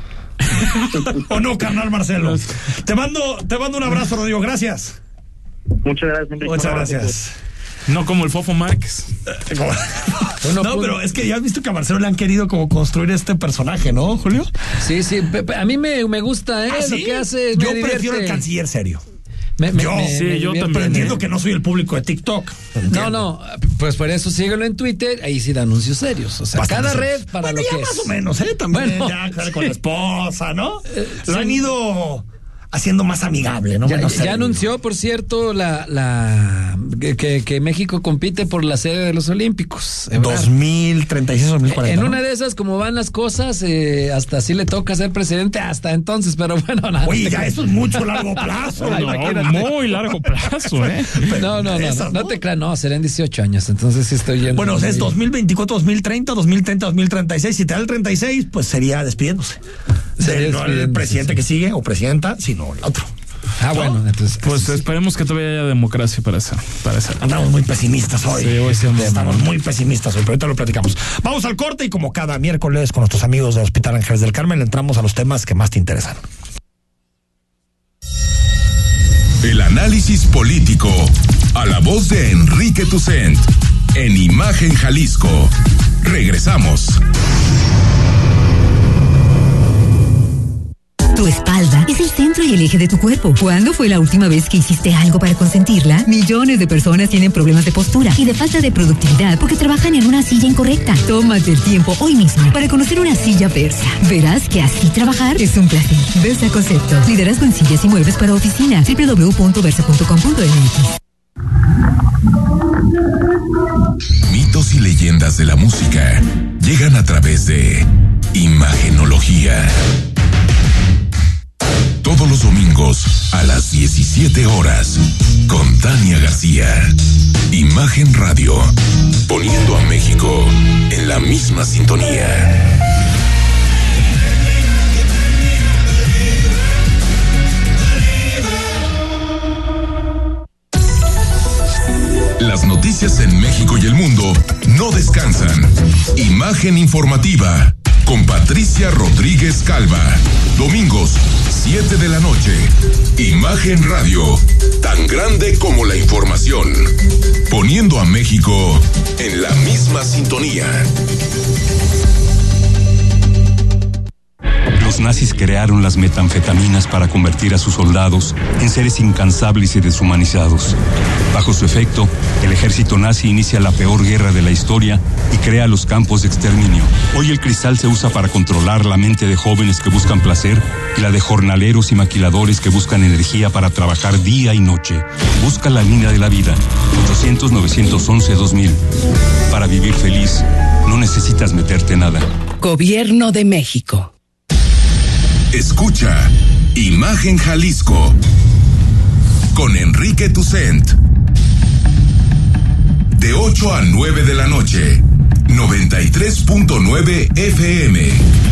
Speaker 2: ¿O no, carnal Marcelo? Te mando un abrazo, Rodrigo, gracias.
Speaker 13: Muchas gracias, Enrique.
Speaker 2: Muchas gracias.
Speaker 3: No como el Fofo Márquez.
Speaker 2: No, pero es que ya has visto que a Marcelo le han querido como construir este personaje, ¿no, Julio?
Speaker 5: Sí, a mí me gusta, lo que hace.
Speaker 2: Yo prefiero el canciller serio. Yo también entiendo que no soy el público de TikTok.
Speaker 5: No, pues por eso síguelo en Twitter, ahí sí da anuncios serios. O sea, cada red para lo que es.
Speaker 2: Más o menos, también ya con la esposa, ¿no? Lo han ido haciendo más amigable, ¿no?
Speaker 5: Ya anunció, por cierto, que México compite por la sede de los Olímpicos.
Speaker 2: 2036, 2040.
Speaker 5: En una de esas, como van las cosas, hasta sí le toca ser presidente hasta entonces, pero bueno, nada.
Speaker 2: Oye, ya eso es mucho largo plazo.
Speaker 3: Muy largo plazo,
Speaker 5: No te creas, no, serán 18 años, entonces sí estoy yendo.
Speaker 2: Bueno, es 2024, 2030, 2030, 2036. Si te da el 36, pues sería despidiéndose. No el presidente que sigue o presidenta, sino el otro.
Speaker 5: Bueno, entonces
Speaker 3: pues esperemos que todavía haya democracia para esa.
Speaker 2: Andamos muy pesimistas hoy.
Speaker 3: Sí,
Speaker 2: estamos muy pesimistas hoy, pero ahorita lo platicamos. Vamos al corte y como cada miércoles con nuestros amigos del Hospital Ángeles del Carmen entramos a los temas que más te interesan.
Speaker 1: El análisis político a la voz de Enrique Tucent en Imagen Jalisco. Regresamos.
Speaker 14: Tu espalda es el centro y el eje de tu cuerpo. ¿Cuándo fue la última vez que hiciste algo para consentirla? Millones de personas tienen problemas de postura y de falta de productividad porque trabajan en una silla incorrecta. Tómate el tiempo hoy mismo para conocer una silla Versa. Verás que así trabajar es un placer. Versa Concepto. Liderazgo en sillas y muebles para oficina. www.versa.com.mx.
Speaker 1: Mitos y leyendas de la música llegan a través de Imagenología. Todos los domingos a las 17 horas con Tania García. Imagen Radio, poniendo a México en la misma sintonía. Las noticias en México y el mundo no descansan. Imagen informativa con Patricia Rodríguez Calva. Domingos, 7 de la noche. Imagen Radio, tan grande como la información. Poniendo a México en la misma sintonía.
Speaker 15: Los nazis crearon las metanfetaminas para convertir a sus soldados en seres incansables y deshumanizados. Bajo su efecto, el ejército nazi inicia la peor guerra de la historia y crea los campos de exterminio. Hoy el cristal se usa para controlar la mente de jóvenes que buscan placer y la de jornaleros y maquiladores que buscan energía para trabajar día y noche. Busca la línea de la vida, 800-911-2000. Para vivir feliz, no necesitas meterte nada.
Speaker 16: Gobierno de México.
Speaker 1: Escucha Imagen Jalisco con Enrique Tucent. De 8 a 9 de la noche, 93.9 FM.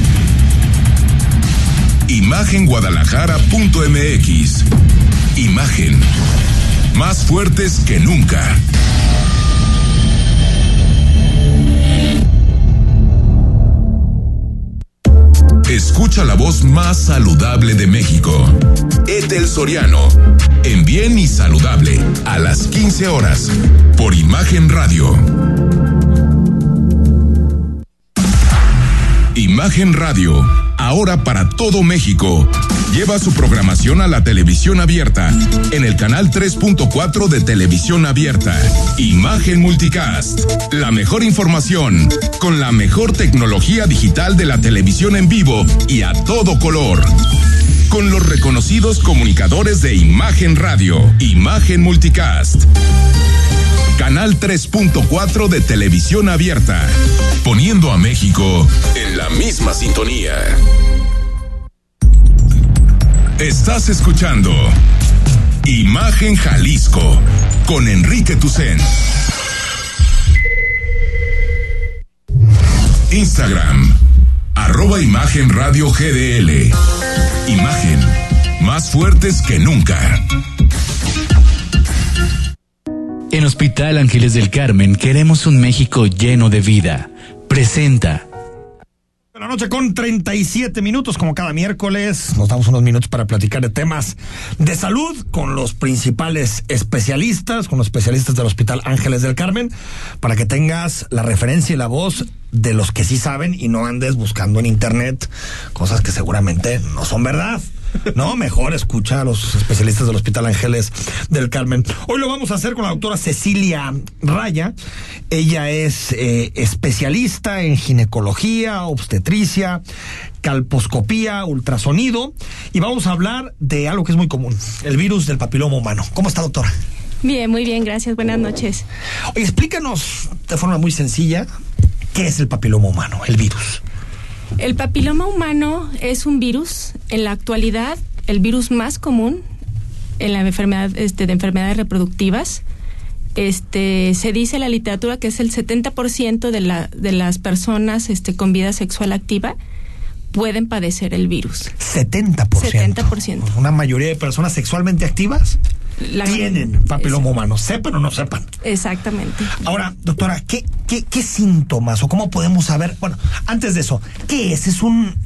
Speaker 1: Imagenguadalajara.mx. Imagen. Más fuertes que nunca. Escucha la voz más saludable de México. Etel Soriano, en Bien y Saludable, a las 15 horas, por Imagen Radio. Imagen Radio, ahora para todo México, lleva su programación a la televisión abierta, en el canal 3.4 de Televisión Abierta. Imagen Multicast, la mejor información, con la mejor tecnología digital de la televisión en vivo y a todo color. Con los reconocidos comunicadores de Imagen Radio, Imagen Multicast. Canal 3.4 de Televisión Abierta, poniendo a México en la misma sintonía. Estás escuchando Imagen Jalisco con Enrique Tucent. Instagram, @Imagen Radio GDL. Imagen, más fuertes que nunca.
Speaker 12: En Hospital Ángeles del Carmen queremos un México lleno de vida. Presenta.
Speaker 2: De la noche con 37 minutos, como cada miércoles, nos damos unos minutos para platicar de temas de salud con los principales especialistas, con los especialistas del Hospital Ángeles del Carmen, para que tengas la referencia y la voz de los que sí saben y no andes buscando en internet cosas que seguramente no son verdad. No, mejor escucha a los especialistas del Hospital Ángeles del Carmen. Hoy lo vamos a hacer con la doctora Cecilia Raya. Ella es especialista en ginecología, obstetricia, calposcopía, ultrasonido, y vamos a hablar de algo que es muy común, el virus del papiloma humano. ¿Cómo está, doctora?
Speaker 17: Bien, muy bien, gracias. Buenas noches.
Speaker 2: Oye, explícanos de forma muy sencilla qué es el papiloma humano, el virus.
Speaker 17: El papiloma humano es un virus, en la actualidad, el virus más común en la enfermedad, de enfermedades reproductivas. Se dice en la literatura que es el 70% de las personas con vida sexual activa pueden padecer el virus.
Speaker 2: 70%. Una mayoría de personas sexualmente activas tienen papiloma humano, sepan o no sepan.
Speaker 17: Exactamente.
Speaker 2: Ahora, doctora, ¿qué síntomas o cómo podemos saber? Bueno, antes de eso, ¿qué es? ¿Es un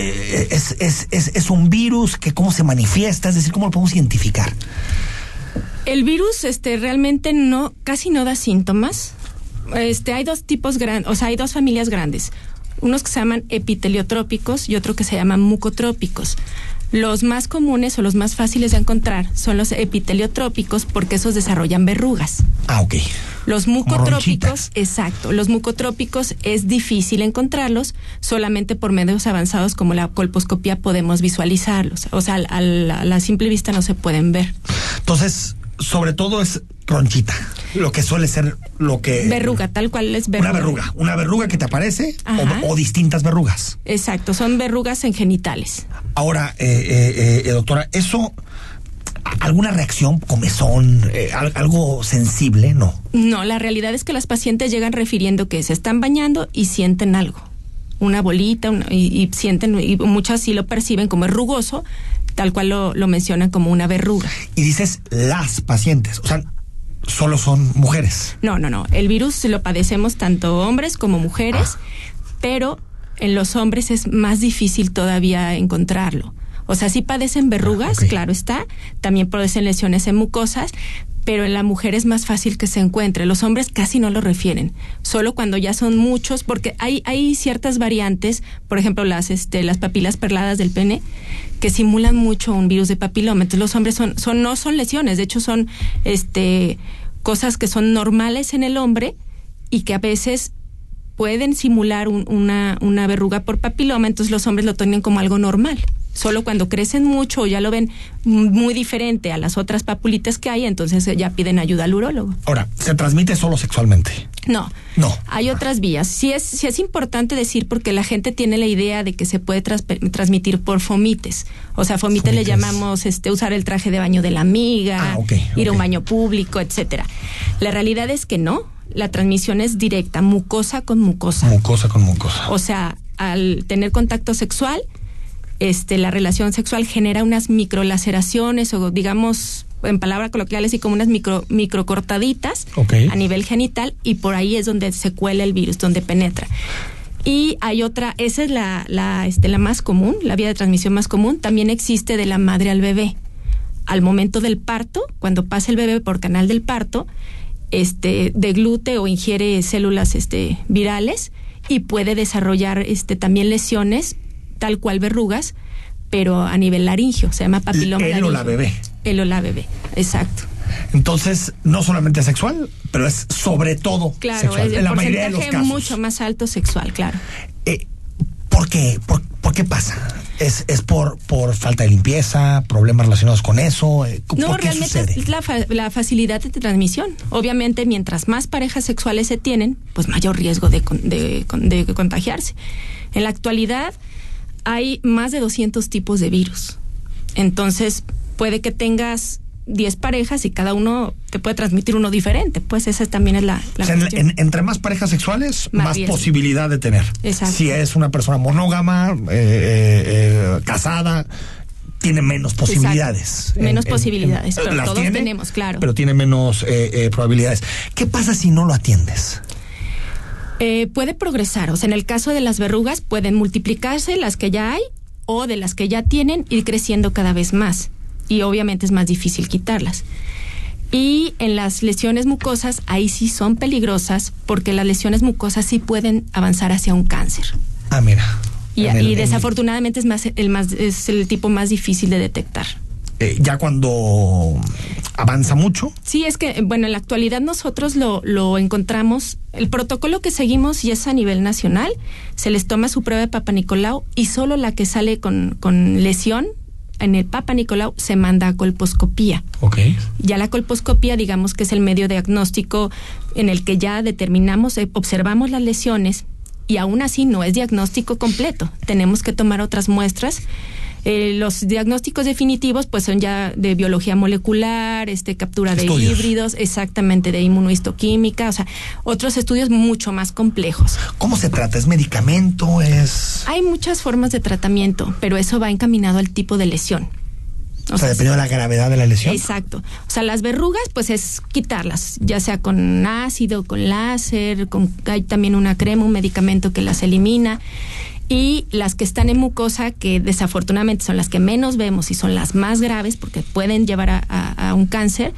Speaker 2: virus? ¿Cómo se manifiesta? Es decir, ¿cómo lo podemos identificar?
Speaker 17: El virus realmente casi no da síntomas. Hay dos tipos hay dos familias grandes. Unos que se llaman epiteliotrópicos y otro que se llaman mucotrópicos. Los más comunes o los más fáciles de encontrar son los epiteliotrópicos porque esos desarrollan verrugas.
Speaker 2: Ah, ok.
Speaker 17: Los mucotrópicos, exacto. Los mucotrópicos es difícil encontrarlos, solamente por medios avanzados como la colposcopía podemos visualizarlos. O sea, a la simple vista no se pueden ver.
Speaker 2: Entonces, sobre todo es ronchita, lo que suele ser
Speaker 17: verruga, tal cual es verruga.
Speaker 2: Una verruga que te aparece o distintas verrugas.
Speaker 17: Exacto, son verrugas en genitales.
Speaker 2: Ahora, doctora, ¿eso alguna reacción, comezón, algo sensible? No.
Speaker 17: No, la realidad es que las pacientes llegan refiriendo que se están bañando y sienten algo, una bolita, y sienten, y muchas sí lo perciben como es rugoso, tal cual lo mencionan como una verruga.
Speaker 2: Y dices las pacientes, o sea, solo son mujeres.
Speaker 17: No. El virus lo padecemos tanto hombres como mujeres, pero en los hombres es más difícil todavía encontrarlo. O sea, sí padecen verrugas, claro está, también padecen lesiones en mucosas, pero en la mujer es más fácil que se encuentre. Los hombres casi no lo refieren, solo cuando ya son muchos, porque hay ciertas variantes, por ejemplo, las papilas perladas del pene, que simulan mucho un virus de papiloma. Entonces los hombres no son lesiones, de hecho son cosas que son normales en el hombre y que a veces pueden simular una verruga por papiloma, entonces los hombres lo tienen como algo normal. Solo cuando crecen mucho o ya lo ven muy diferente a las otras papulitas que hay, entonces ya piden ayuda al urólogo.
Speaker 2: Ahora, ¿se transmite solo sexualmente?
Speaker 17: No. Hay otras vías. Sí es importante decir, porque la gente tiene la idea de que se puede transmitir por fomites. O sea, fomites le llamamos usar el traje de baño de la amiga, ir a un baño público, etcétera. La realidad es que no. La transmisión es directa, mucosa con mucosa.
Speaker 2: Mucosa con mucosa.
Speaker 17: O sea, al tener contacto sexual, la relación sexual genera unas microlaceraciones, o digamos, en palabras coloquiales, y como unas microcortaditas a nivel genital, y por ahí es donde se cuela el virus, donde penetra. Y hay otra, esa es la más común, la vía de transmisión más común. También existe de la madre al bebé. Al momento del parto, cuando pasa el bebé por canal del parto, deglute o ingiere células virales y puede desarrollar también lesiones, tal cual verrugas, pero a nivel laringio, se llama papiloma laringio. El o la bebé, exacto.
Speaker 2: Entonces, no solamente sexual, pero es sobre todo sexual.
Speaker 17: En
Speaker 2: la mayoría de los casos.
Speaker 17: Mucho más alto sexual, claro.
Speaker 2: ¿Por qué? ¿Por qué pasa? ¿Es por falta de limpieza, problemas relacionados con eso?
Speaker 17: No,
Speaker 2: ¿por qué
Speaker 17: realmente
Speaker 2: sucede?
Speaker 17: es la facilidad de transmisión. Obviamente, mientras más parejas sexuales se tienen, pues mayor riesgo de contagiarse. En la actualidad hay más de 200 tipos de virus. Entonces, puede que tengas 10 parejas y cada uno te puede transmitir uno diferente. Pues esa también es la cuestión.
Speaker 2: Entre más parejas sexuales, más posibilidad de tener.
Speaker 17: Exacto.
Speaker 2: Si es una persona monógama, casada, tiene menos posibilidades.
Speaker 17: Menos posibilidades, pero todos tenemos, claro.
Speaker 2: Pero tiene menos probabilidades. ¿Qué pasa si no lo atiendes?
Speaker 17: Puede progresar, o sea, en el caso de las verrugas pueden multiplicarse las que ya hay, o de las que ya tienen, ir creciendo cada vez más, y obviamente es más difícil quitarlas. Y en las lesiones mucosas, ahí sí son peligrosas, porque las lesiones mucosas sí pueden avanzar hacia un cáncer.
Speaker 2: Ah, mira.
Speaker 17: Y desafortunadamente es el tipo más difícil de detectar.
Speaker 2: Ya cuando avanza mucho.
Speaker 17: Sí, es que, bueno, en la actualidad nosotros lo encontramos, el protocolo que seguimos, y es a nivel nacional, se les toma su prueba de Papa Nicolau, y solo la que sale con lesión en el Papa Nicolau se manda a colposcopía. Ya la colposcopía, digamos que es el medio diagnóstico en el que ya determinamos, observamos las lesiones, y aún así no es diagnóstico completo. Tenemos que tomar otras muestras. Los diagnósticos definitivos pues son ya de biología molecular, captura de híbridos, exactamente, de inmunohistoquímica, o sea, otros estudios mucho más complejos.
Speaker 2: ¿Cómo se trata? ¿Es medicamento?
Speaker 17: Hay muchas formas de tratamiento, pero eso va encaminado al tipo de lesión.
Speaker 2: O sea, dependiendo de la gravedad de la lesión.
Speaker 17: Exacto. O sea, las verrugas, pues es quitarlas, ya sea con ácido, con láser, hay también una crema, un medicamento que las elimina. Y las que están en mucosa, que desafortunadamente son las que menos vemos y son las más graves porque pueden llevar a un cáncer,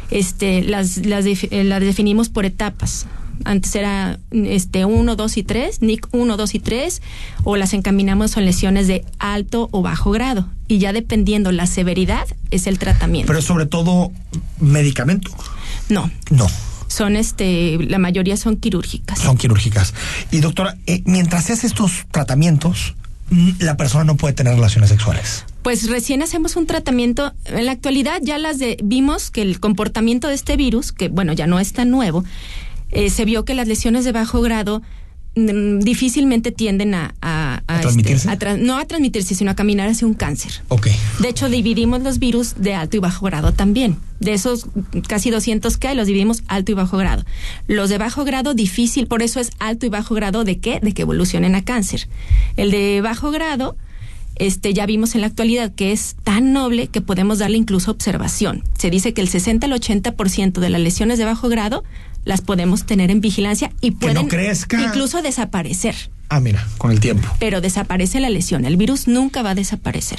Speaker 17: las definimos por etapas. Antes era 1, 2 y 3, NIC 1, 2 y 3, o las encaminamos en lesiones de alto o bajo grado. Y ya dependiendo la severidad, es el tratamiento.
Speaker 2: ¿Pero sobre todo medicamento?
Speaker 17: No. Son la mayoría son quirúrgicas.
Speaker 2: Son quirúrgicas. Y doctora, mientras se hace estos tratamientos, la persona no puede tener relaciones sexuales.
Speaker 17: Pues recién hacemos un tratamiento. En la actualidad ya vimos que el comportamiento de este virus, que bueno, ya no es tan nuevo, se vio que las lesiones de bajo grado difícilmente tienden a
Speaker 2: transmitirse.
Speaker 17: No a transmitirse, sino a caminar hacia un cáncer. De hecho, dividimos los virus de alto y bajo grado también. De esos casi 200 que hay, los dividimos alto y bajo grado. Los de bajo grado, difícil, por eso es alto y bajo grado, ¿de qué? De que evolucionen a cáncer. El de bajo grado, ya vimos en la actualidad que es tan noble que podemos darle incluso observación. Se dice que el 60 al 80% de las lesiones de bajo grado las podemos tener en vigilancia y pueden incluso desaparecer.
Speaker 2: Ah, mira, con el tiempo.
Speaker 17: Pero desaparece la lesión. El virus nunca va a desaparecer.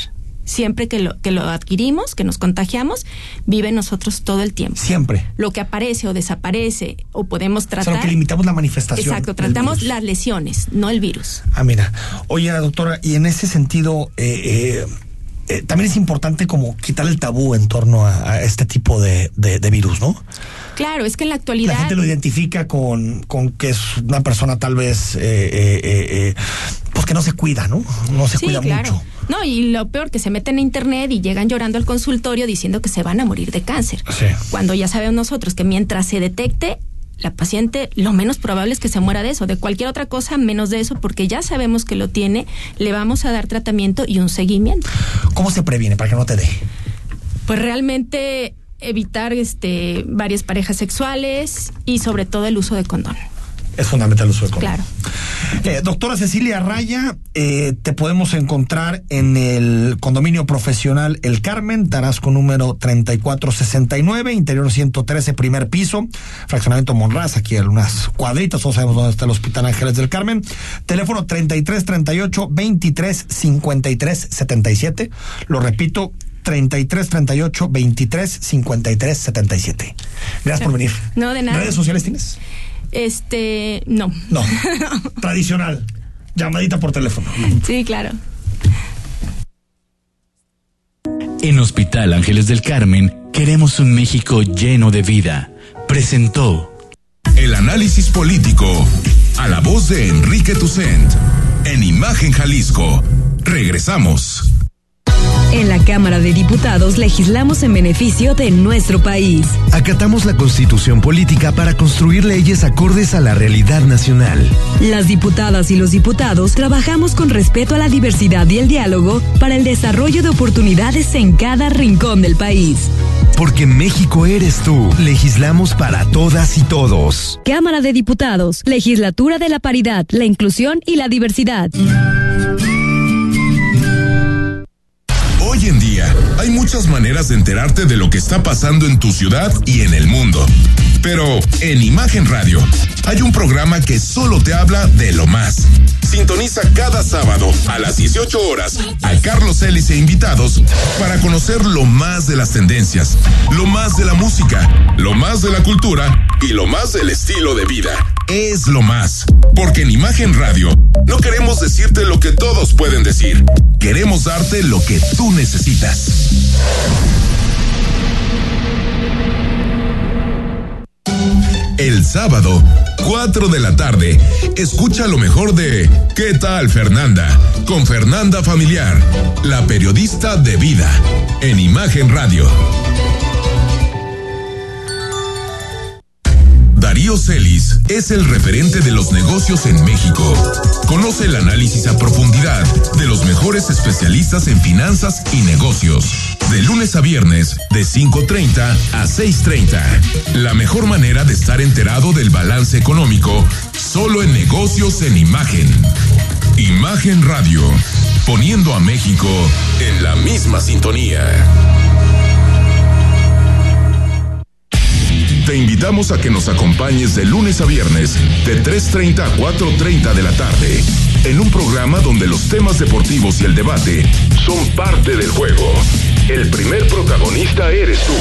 Speaker 17: Siempre que lo adquirimos, que nos contagiamos, vive en nosotros todo el tiempo.
Speaker 2: Siempre.
Speaker 17: Lo que aparece o desaparece o podemos tratar.
Speaker 2: O sea, lo que limitamos la manifestación.
Speaker 17: Exacto, tratamos las lesiones, no el virus.
Speaker 2: Ah, mira. Oye, doctora, y en ese sentido, también es importante como quitar el tabú en torno a este tipo de virus, ¿no?
Speaker 17: Claro, es que en la actualidad...
Speaker 2: La gente lo identifica con que es una persona tal vez, pues que no se cuida, ¿no? No se cuida mucho.
Speaker 17: No, y lo peor, que se meten a internet y llegan llorando al consultorio diciendo que se van a morir de cáncer.
Speaker 2: Sí.
Speaker 17: Cuando ya sabemos nosotros que mientras se detecte, la paciente lo menos probable es que se muera de eso, de cualquier otra cosa menos de eso, porque ya sabemos que lo tiene, le vamos a dar tratamiento y un seguimiento.
Speaker 2: ¿Cómo se previene para que no te dé?
Speaker 17: Pues realmente evitar varias parejas sexuales y sobre todo el uso de condón.
Speaker 2: Es fundamental el uso de condón.
Speaker 17: Claro.
Speaker 2: Doctora Cecilia Raya, te podemos encontrar en el condominio profesional El Carmen, Tarasco número 3469, interior 113, primer piso, fraccionamiento Monraz, aquí en unas cuadritas, todos sabemos dónde está el Hospital Ángeles del Carmen. Teléfono 3338-2353-77, lo repito, 3338-2353-77. Gracias por venir.
Speaker 17: No, de nada.
Speaker 2: ¿Redes sociales tienes?
Speaker 17: No.
Speaker 2: No. Tradicional. Llamadita por teléfono.
Speaker 17: Sí, claro.
Speaker 12: En Hospital Ángeles del Carmen queremos un México lleno de vida. Presentó
Speaker 1: el análisis político a la voz de Enrique Tucent en Imagen Jalisco. Regresamos.
Speaker 14: En la Cámara de Diputados legislamos en beneficio de nuestro país.
Speaker 18: Acatamos la Constitución política para construir leyes acordes a la realidad nacional.
Speaker 14: Las diputadas y los diputados trabajamos con respeto a la diversidad y el diálogo para el desarrollo de oportunidades en cada rincón del país.
Speaker 18: Porque México eres tú. Legislamos para todas y todos.
Speaker 14: Cámara de Diputados, Legislatura de la Paridad, la Inclusión y la Diversidad.
Speaker 1: Hoy en día hay muchas maneras de enterarte de lo que está pasando en tu ciudad y en el mundo. Pero en Imagen Radio hay un programa que solo te habla de lo más. Sintoniza cada sábado a las 18 horas a Carlos Ellis e invitados para conocer lo más de las tendencias, lo más de la música, lo más de la cultura y lo más del estilo de vida. Es lo más, porque en Imagen Radio no queremos decirte lo que todos pueden decir. Queremos darte lo que tú necesitas. El sábado, 4 de la tarde, escucha lo mejor de ¿Qué tal, Fernanda? Con Fernanda Familiar, la periodista de vida, en Imagen Radio. Darío Celis es el referente de los negocios en México. Conoce el análisis a profundidad de los mejores especialistas en finanzas y negocios. De lunes a viernes, de 5:30 a 6:30. La mejor manera de estar enterado del balance económico, solo en Negocios en Imagen. Imagen Radio, poniendo a México en la misma sintonía. Te invitamos a que nos acompañes de lunes a viernes, de 3:30 a 4:30 de la tarde, en un programa donde los temas deportivos y el debate son parte del juego. El primer protagonista eres tú.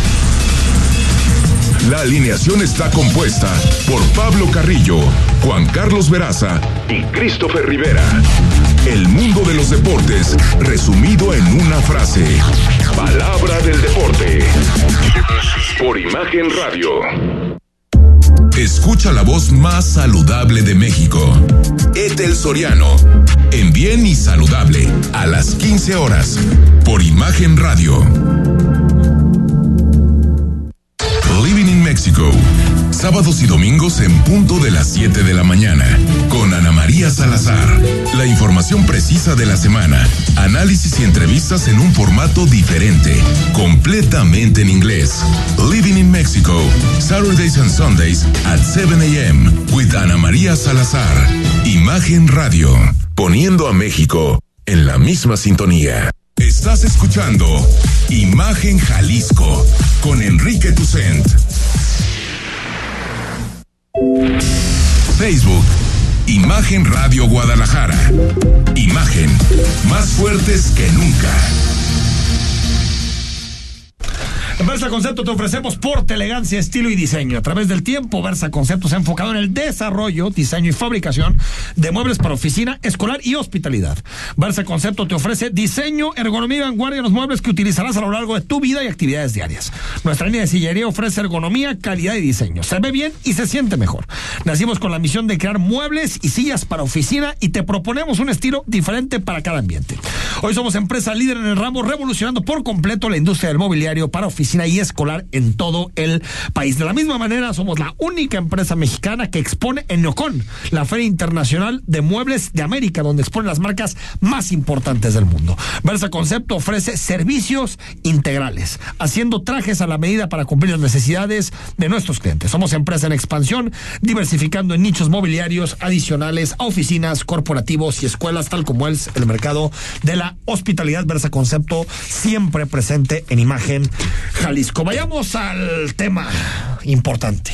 Speaker 1: La alineación está compuesta por Pablo Carrillo, Juan Carlos Veraza y Christopher Rivera. El mundo de los deportes resumido en una frase. Palabra del deporte. Por Imagen Radio. Escucha la voz más saludable de México. Ethel Soriano. En Bien y Saludable. A las 15 horas. Por Imagen Radio. Living in Mexico. Sábados y domingos en punto de las 7 de la mañana. Con Ana María Salazar. La información precisa de la semana. Análisis y entrevistas en un formato diferente. Completamente en inglés. Living in Mexico. Saturdays and Sundays at 7 a.m. with Ana María Salazar. Imagen Radio. Poniendo a México en la misma sintonía. Estás escuchando Imagen Jalisco con Enrique Tucent. Facebook, Imagen Radio Guadalajara. Imagen, más fuertes que nunca.
Speaker 2: En Versa Concepto te ofrecemos porte, elegancia, estilo y diseño. A través del tiempo, Versa Concepto se ha enfocado en el desarrollo, diseño y fabricación de muebles para oficina, escolar y hospitalidad. Versa Concepto te ofrece diseño, ergonomía y vanguardia en los muebles que utilizarás a lo largo de tu vida y actividades diarias. Nuestra línea de sillería ofrece ergonomía, calidad y diseño. Se ve bien y se siente mejor. Nacimos con la misión de crear muebles y sillas para oficina y te proponemos un estilo diferente para cada ambiente. Hoy somos empresa líder en el ramo, revolucionando por completo la industria del mobiliario para oficina y escolar en todo el país. De la misma manera, somos la única empresa mexicana que expone en NeoCon, la Feria Internacional de Muebles de América, donde exponen las marcas más importantes del mundo. Versa Concepto ofrece servicios integrales, haciendo trajes a la medida para cumplir las necesidades de nuestros clientes. Somos empresa en expansión, diversificando en nichos mobiliarios adicionales a oficinas, corporativos y escuelas, tal como es el mercado de la hospitalidad. Versa Concepto siempre presente en Imagen Jalisco. Vayamos al tema importante.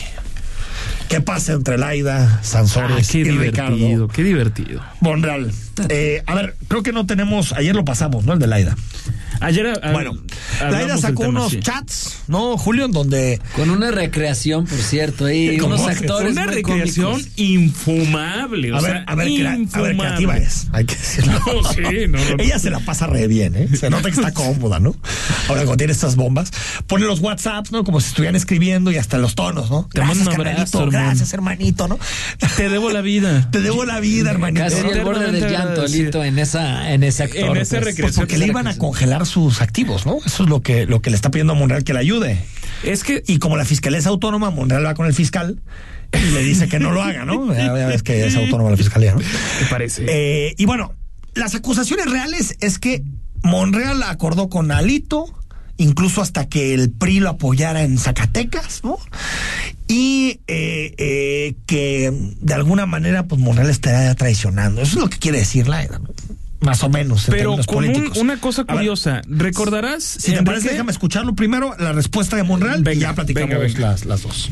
Speaker 2: ¿Qué pasa entre Laida Sansores y Ricardo?
Speaker 3: Qué divertido.
Speaker 2: Monreal. A ver, creo que no tenemos, ayer lo pasamos, ¿no? El de Laida.
Speaker 3: Ayer,
Speaker 2: bueno, Laida sacó unos chats, ¿no, Julio? En donde...
Speaker 5: Con una recreación, por cierto, y unos actores
Speaker 3: una recreación cómicos. Infumable.
Speaker 2: A ver, creativa es, hay que decirlo. No. Ella se la pasa re bien, ¿eh? Se nota que está cómoda, ¿no? Ahora, cuando tiene estas bombas, pone los WhatsApps, ¿no? Como si estuvieran escribiendo y hasta los tonos, ¿no?
Speaker 3: Gracias, carnalito,
Speaker 2: gracias, hermanito, ¿no?
Speaker 3: Te debo la vida.
Speaker 2: Te debo la vida, hermanito.
Speaker 5: Casi el borde del llanto, Lito, en ese actor.
Speaker 3: En esa recreación.
Speaker 2: Pues porque le iban a congelar sus activos, ¿no? Eso es lo que le está pidiendo a Monreal que le ayude.
Speaker 3: Es que...
Speaker 2: Y como la fiscalía es autónoma, Monreal va con el fiscal y le dice que no lo haga, ¿no? Ya ves que es autónoma la fiscalía, ¿no?
Speaker 3: ¿Te parece?
Speaker 2: Y bueno, las acusaciones reales es que Monreal acordó con Alito, incluso hasta que el PRI lo apoyara en Zacatecas, ¿no? Y que de alguna manera, pues Monreal estaría traicionando. Eso es lo que quiere decir Laida, ¿no? Más o menos.
Speaker 3: Pero con una cosa curiosa, ¿recordarás?
Speaker 2: Si te parece, déjame escucharlo primero, la respuesta de Monreal, y ya platicamos las dos.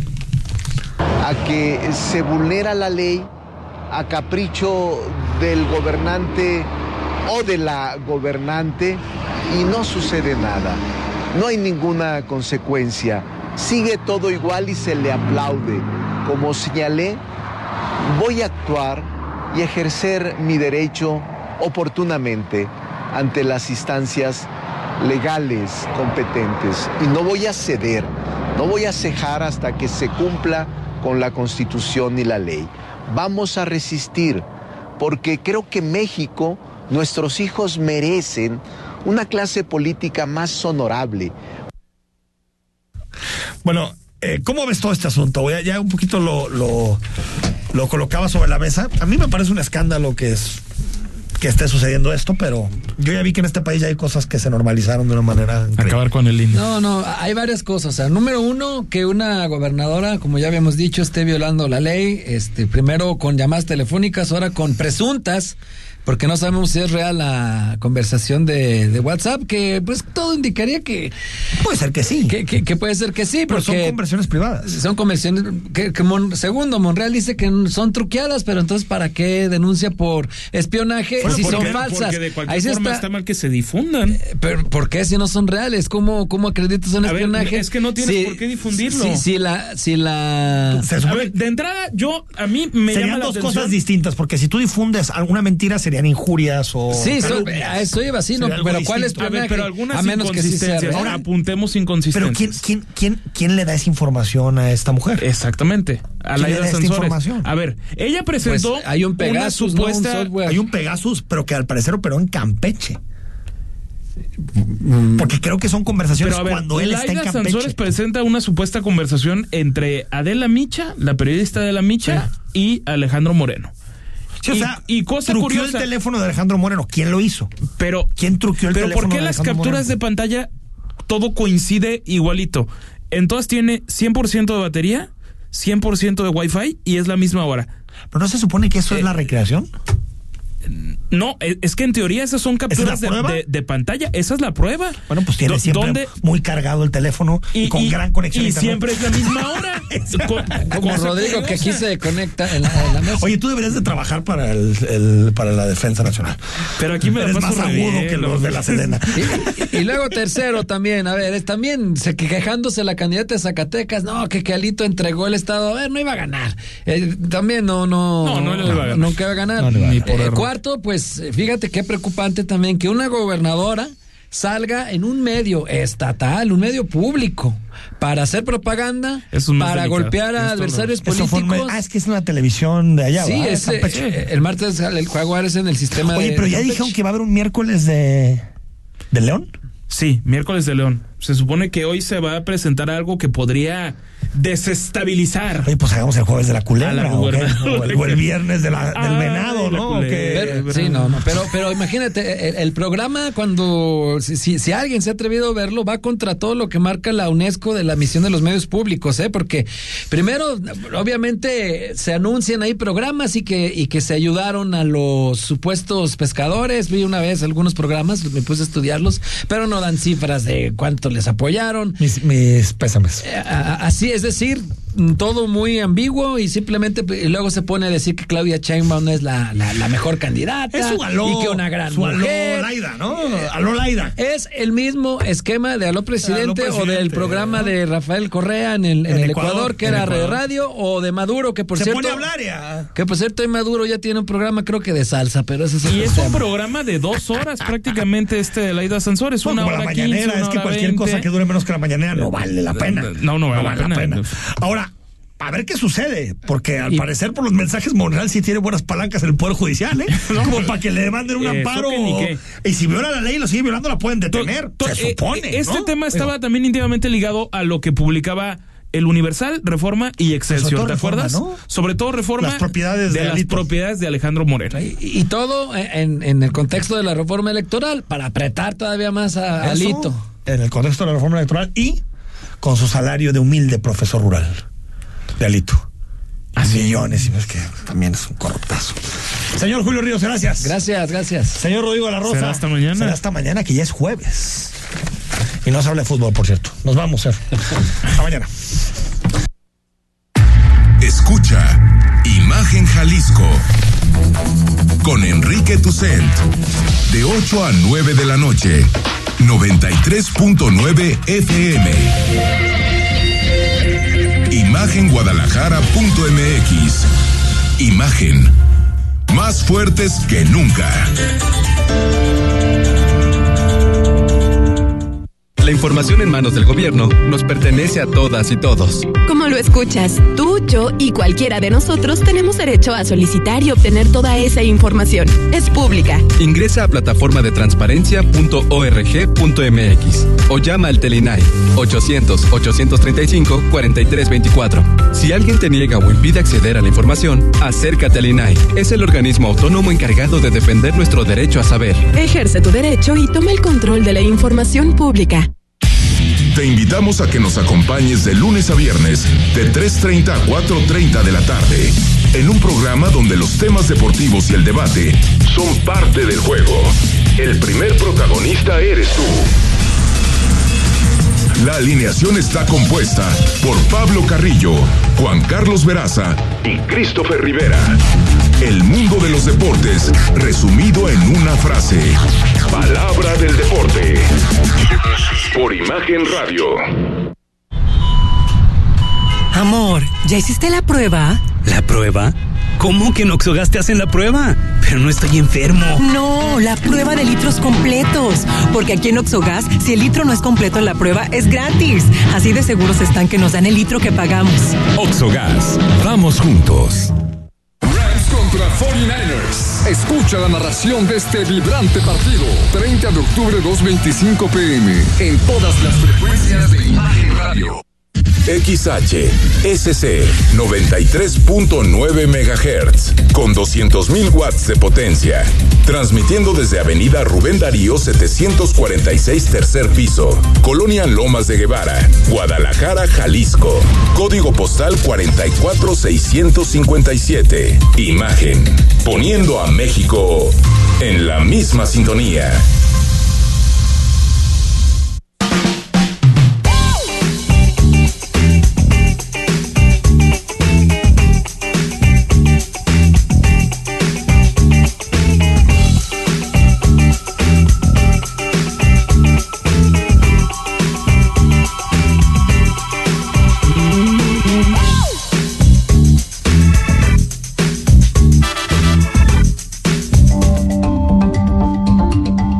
Speaker 19: A que se vulnera la ley a capricho del gobernante o de la gobernante y no sucede nada. No hay ninguna consecuencia. Sigue todo igual y se le aplaude. Como señalé, voy a actuar y ejercer mi derecho oportunamente ante las instancias legales competentes y no voy a ceder, no voy a cejar hasta que se cumpla con la Constitución y la ley. Vamos a resistir porque creo que México, nuestros hijos merecen una clase política más honorable.
Speaker 2: Bueno, ¿cómo ves todo este asunto? Ya un poquito lo colocaba sobre la mesa. A mí me parece un escándalo que esté sucediendo esto, pero yo ya vi que en este país ya hay cosas que se normalizaron de una manera increíble.
Speaker 3: Acabar con el INE.
Speaker 5: No, hay varias cosas. O sea, número uno, que una gobernadora, como ya habíamos dicho, esté violando la ley, primero con llamadas telefónicas, ahora con presuntas, porque no sabemos si es real la conversación de WhatsApp, que pues todo indicaría que...
Speaker 2: Puede ser que sí.
Speaker 5: Que puede ser que sí,
Speaker 2: pero son conversiones privadas.
Speaker 5: Son conversiones que segundo, Monreal dice que son truqueadas, pero entonces ¿para qué denuncia por espionaje si son falsas?
Speaker 3: Porque de cualquier forma está mal que se difundan.
Speaker 5: Pero ¿por qué si no son reales? ¿Cómo acreditas un espionaje?
Speaker 3: Es que no tienes por qué difundirlo.
Speaker 5: Si la...
Speaker 3: A ver, de entrada, a mí me
Speaker 2: serían
Speaker 3: llama la
Speaker 2: dos
Speaker 3: atención.
Speaker 2: cosas distintas, porque si tú difundes alguna mentira serían injurias o...
Speaker 5: Sí, a eso iba así, ¿no? Pero ¿cuál es
Speaker 3: espionaje? Pero algunas
Speaker 5: a menos que sí sea real.
Speaker 3: Ahora apuntemos inconsistencias.
Speaker 2: Pero ¿quién le da esa información a esta mujer?
Speaker 3: Exactamente. A Laida Sansores. A ver, ella presentó
Speaker 5: pues hay un Pegasus,
Speaker 3: una supuesta...
Speaker 2: Hay un Pegasus, pero que al parecer operó en Campeche. Porque creo que son conversaciones cuando él está en Campeche.
Speaker 3: Laida Sansores presenta una supuesta conversación entre Adela Micha, la periodista Adela Micha, y Alejandro Moreno.
Speaker 2: Sí, o sea, cosa truqueó curiosa, el teléfono de Alejandro Moreno. ¿Quién lo hizo?
Speaker 3: Pero
Speaker 2: ¿quién truqueó el teléfono?
Speaker 3: ¿Por qué las capturas de pantalla todo coincide igualito? En todas tiene 100% de batería, 100% de Wi-Fi y es la misma hora.
Speaker 2: ¿Pero no se supone que eso es la recreación?
Speaker 3: No, es que en teoría esas son capturas de pantalla. Esa es la prueba.
Speaker 2: Bueno, pues tiene siempre muy cargado el teléfono y con gran conexión.
Speaker 3: Y siempre es la misma hora.
Speaker 5: Como Rodrigo, que aquí se conecta en la mesa.
Speaker 2: Oye, tú deberías de trabajar para para la Defensa Nacional.
Speaker 3: Pero aquí me
Speaker 2: eres más agudo que los de la Sedena.
Speaker 5: Y luego tercero también, a ver, también quejándose la candidata de Zacatecas, no, que Alito entregó el estado, a ver, no iba a ganar. También no le iba a ganar. Nunca iba a ganar. Cuarto, pues fíjate qué preocupante también que una gobernadora salga en un medio estatal, un medio público, para hacer propaganda, para golpear a adversarios políticos.
Speaker 2: Es que es una televisión de allá.
Speaker 5: Sí, el martes el Jaguares en el sistema.
Speaker 2: Oye, pero ya dijeron que va a haber un miércoles de León.
Speaker 3: Sí, miércoles de León. Se supone que hoy se va a presentar algo que podría desestabilizar.
Speaker 2: Oye, pues hagamos el jueves de la culebra o el viernes del venado, ¿no?
Speaker 5: Pero imagínate, el programa, cuando si alguien se ha atrevido a verlo, va contra todo lo que marca la UNESCO de la misión de los medios públicos, porque primero, obviamente, se anuncian ahí programas y que se ayudaron a los supuestos pescadores. Vi una vez algunos programas, me puse a estudiarlos, pero no dan cifras de cuánto les apoyaron.
Speaker 2: Mis pésames.
Speaker 5: Así es decir, todo muy ambiguo y simplemente luego se pone a decir que Claudia Sheinbaum es la mejor candidata.
Speaker 2: Es su Aló,
Speaker 5: y que una gran mujer.
Speaker 2: Aló Laida, ¿no? Aló Laida.
Speaker 5: Es el mismo esquema de Aló Presidente o del programa de Rafael Correa en el Ecuador, que era Radio, o de Maduro, que por cierto...
Speaker 2: Se pone a hablar ya.
Speaker 5: Que por cierto, Maduro ya tiene un programa, creo que de salsa, pero eso es...
Speaker 3: Y es un programa de 2 horas prácticamente de Laida Sansores, una hora 15,
Speaker 2: mañanera, es que cualquier cosa que dure menos que la mañanera no vale la pena.
Speaker 3: No vale la pena.
Speaker 2: Ahora, a ver qué sucede, porque al parecer por los mensajes Monreal sí tiene buenas palancas en el Poder Judicial, como para que le demanden un amparo, y si viola la ley y lo sigue violando la pueden detener, se supone.
Speaker 3: Este tema estaba también íntimamente ligado a lo que publicaba el Universal, Reforma y Excelsior, ¿te acuerdas? ¿No? Sobre todo Reforma, las propiedades de Alejandro Moreno.
Speaker 5: Y todo en el contexto de la reforma electoral, para apretar todavía más a Alito.
Speaker 2: En el contexto de la reforma electoral y con su salario de humilde profesor rural de Alito. Millones, y no es que también es un corruptazo. Señor Julio Ríos, gracias.
Speaker 5: Gracias.
Speaker 2: Señor Rodrigo de la Rosa.
Speaker 3: Será hasta mañana,
Speaker 2: que ya es jueves. Y no se habla de fútbol, por cierto. Nos vamos, hasta mañana.
Speaker 1: Escucha Imagen Jalisco con Enrique Tucent de 8 a 9 de la noche, 93.9 FM. Imagenguadalajara.mx. Imagen. Más fuertes que nunca.
Speaker 20: La información en manos del gobierno nos pertenece a todas y todos.
Speaker 21: Como lo escuchas, tú, yo y cualquiera de nosotros tenemos derecho a solicitar y obtener toda esa información. Es pública.
Speaker 20: Ingresa a plataforma de transparencia.org.mx o llama al Telinai 800-835-4324. Si alguien te niega o impide acceder a la información, acércate al INAI. Es el organismo autónomo encargado de defender nuestro derecho a saber.
Speaker 21: Ejerce tu derecho y toma el control de la información pública.
Speaker 1: Te invitamos a que nos acompañes de lunes a viernes de 3:30 a 4:30 de la tarde en un programa donde los temas deportivos y el debate son parte del juego. El primer protagonista eres tú. La alineación está compuesta por Pablo Carrillo, Juan Carlos Veraza y Christopher Rivera. El mundo de los deportes resumido en una frase. Palabra del deporte. Por Imagen Radio.
Speaker 22: Amor, ¿ya hiciste la prueba?
Speaker 23: ¿La prueba? ¿Cómo que en Oxogas te hacen la prueba? Pero no estoy enfermo.
Speaker 22: No, la prueba de litros completos. Porque aquí en Oxogas, si el litro no es completo en la prueba, es gratis. Así de seguros están que nos dan el litro que pagamos.
Speaker 1: Oxogas, vamos juntos.
Speaker 24: Rams contra 49ers. Escucha la narración de este vibrante partido. 30 de octubre, 2:25 p.m. En todas las frecuencias de Imagen Radio.
Speaker 1: XH, SC, 93.9 MHz, con 200,000 watts de potencia. Transmitiendo desde Avenida Rubén Darío 746, tercer piso, Colonia Lomas de Guevara, Guadalajara, Jalisco. Código postal 44657. Imagen, poniendo a México en la misma sintonía.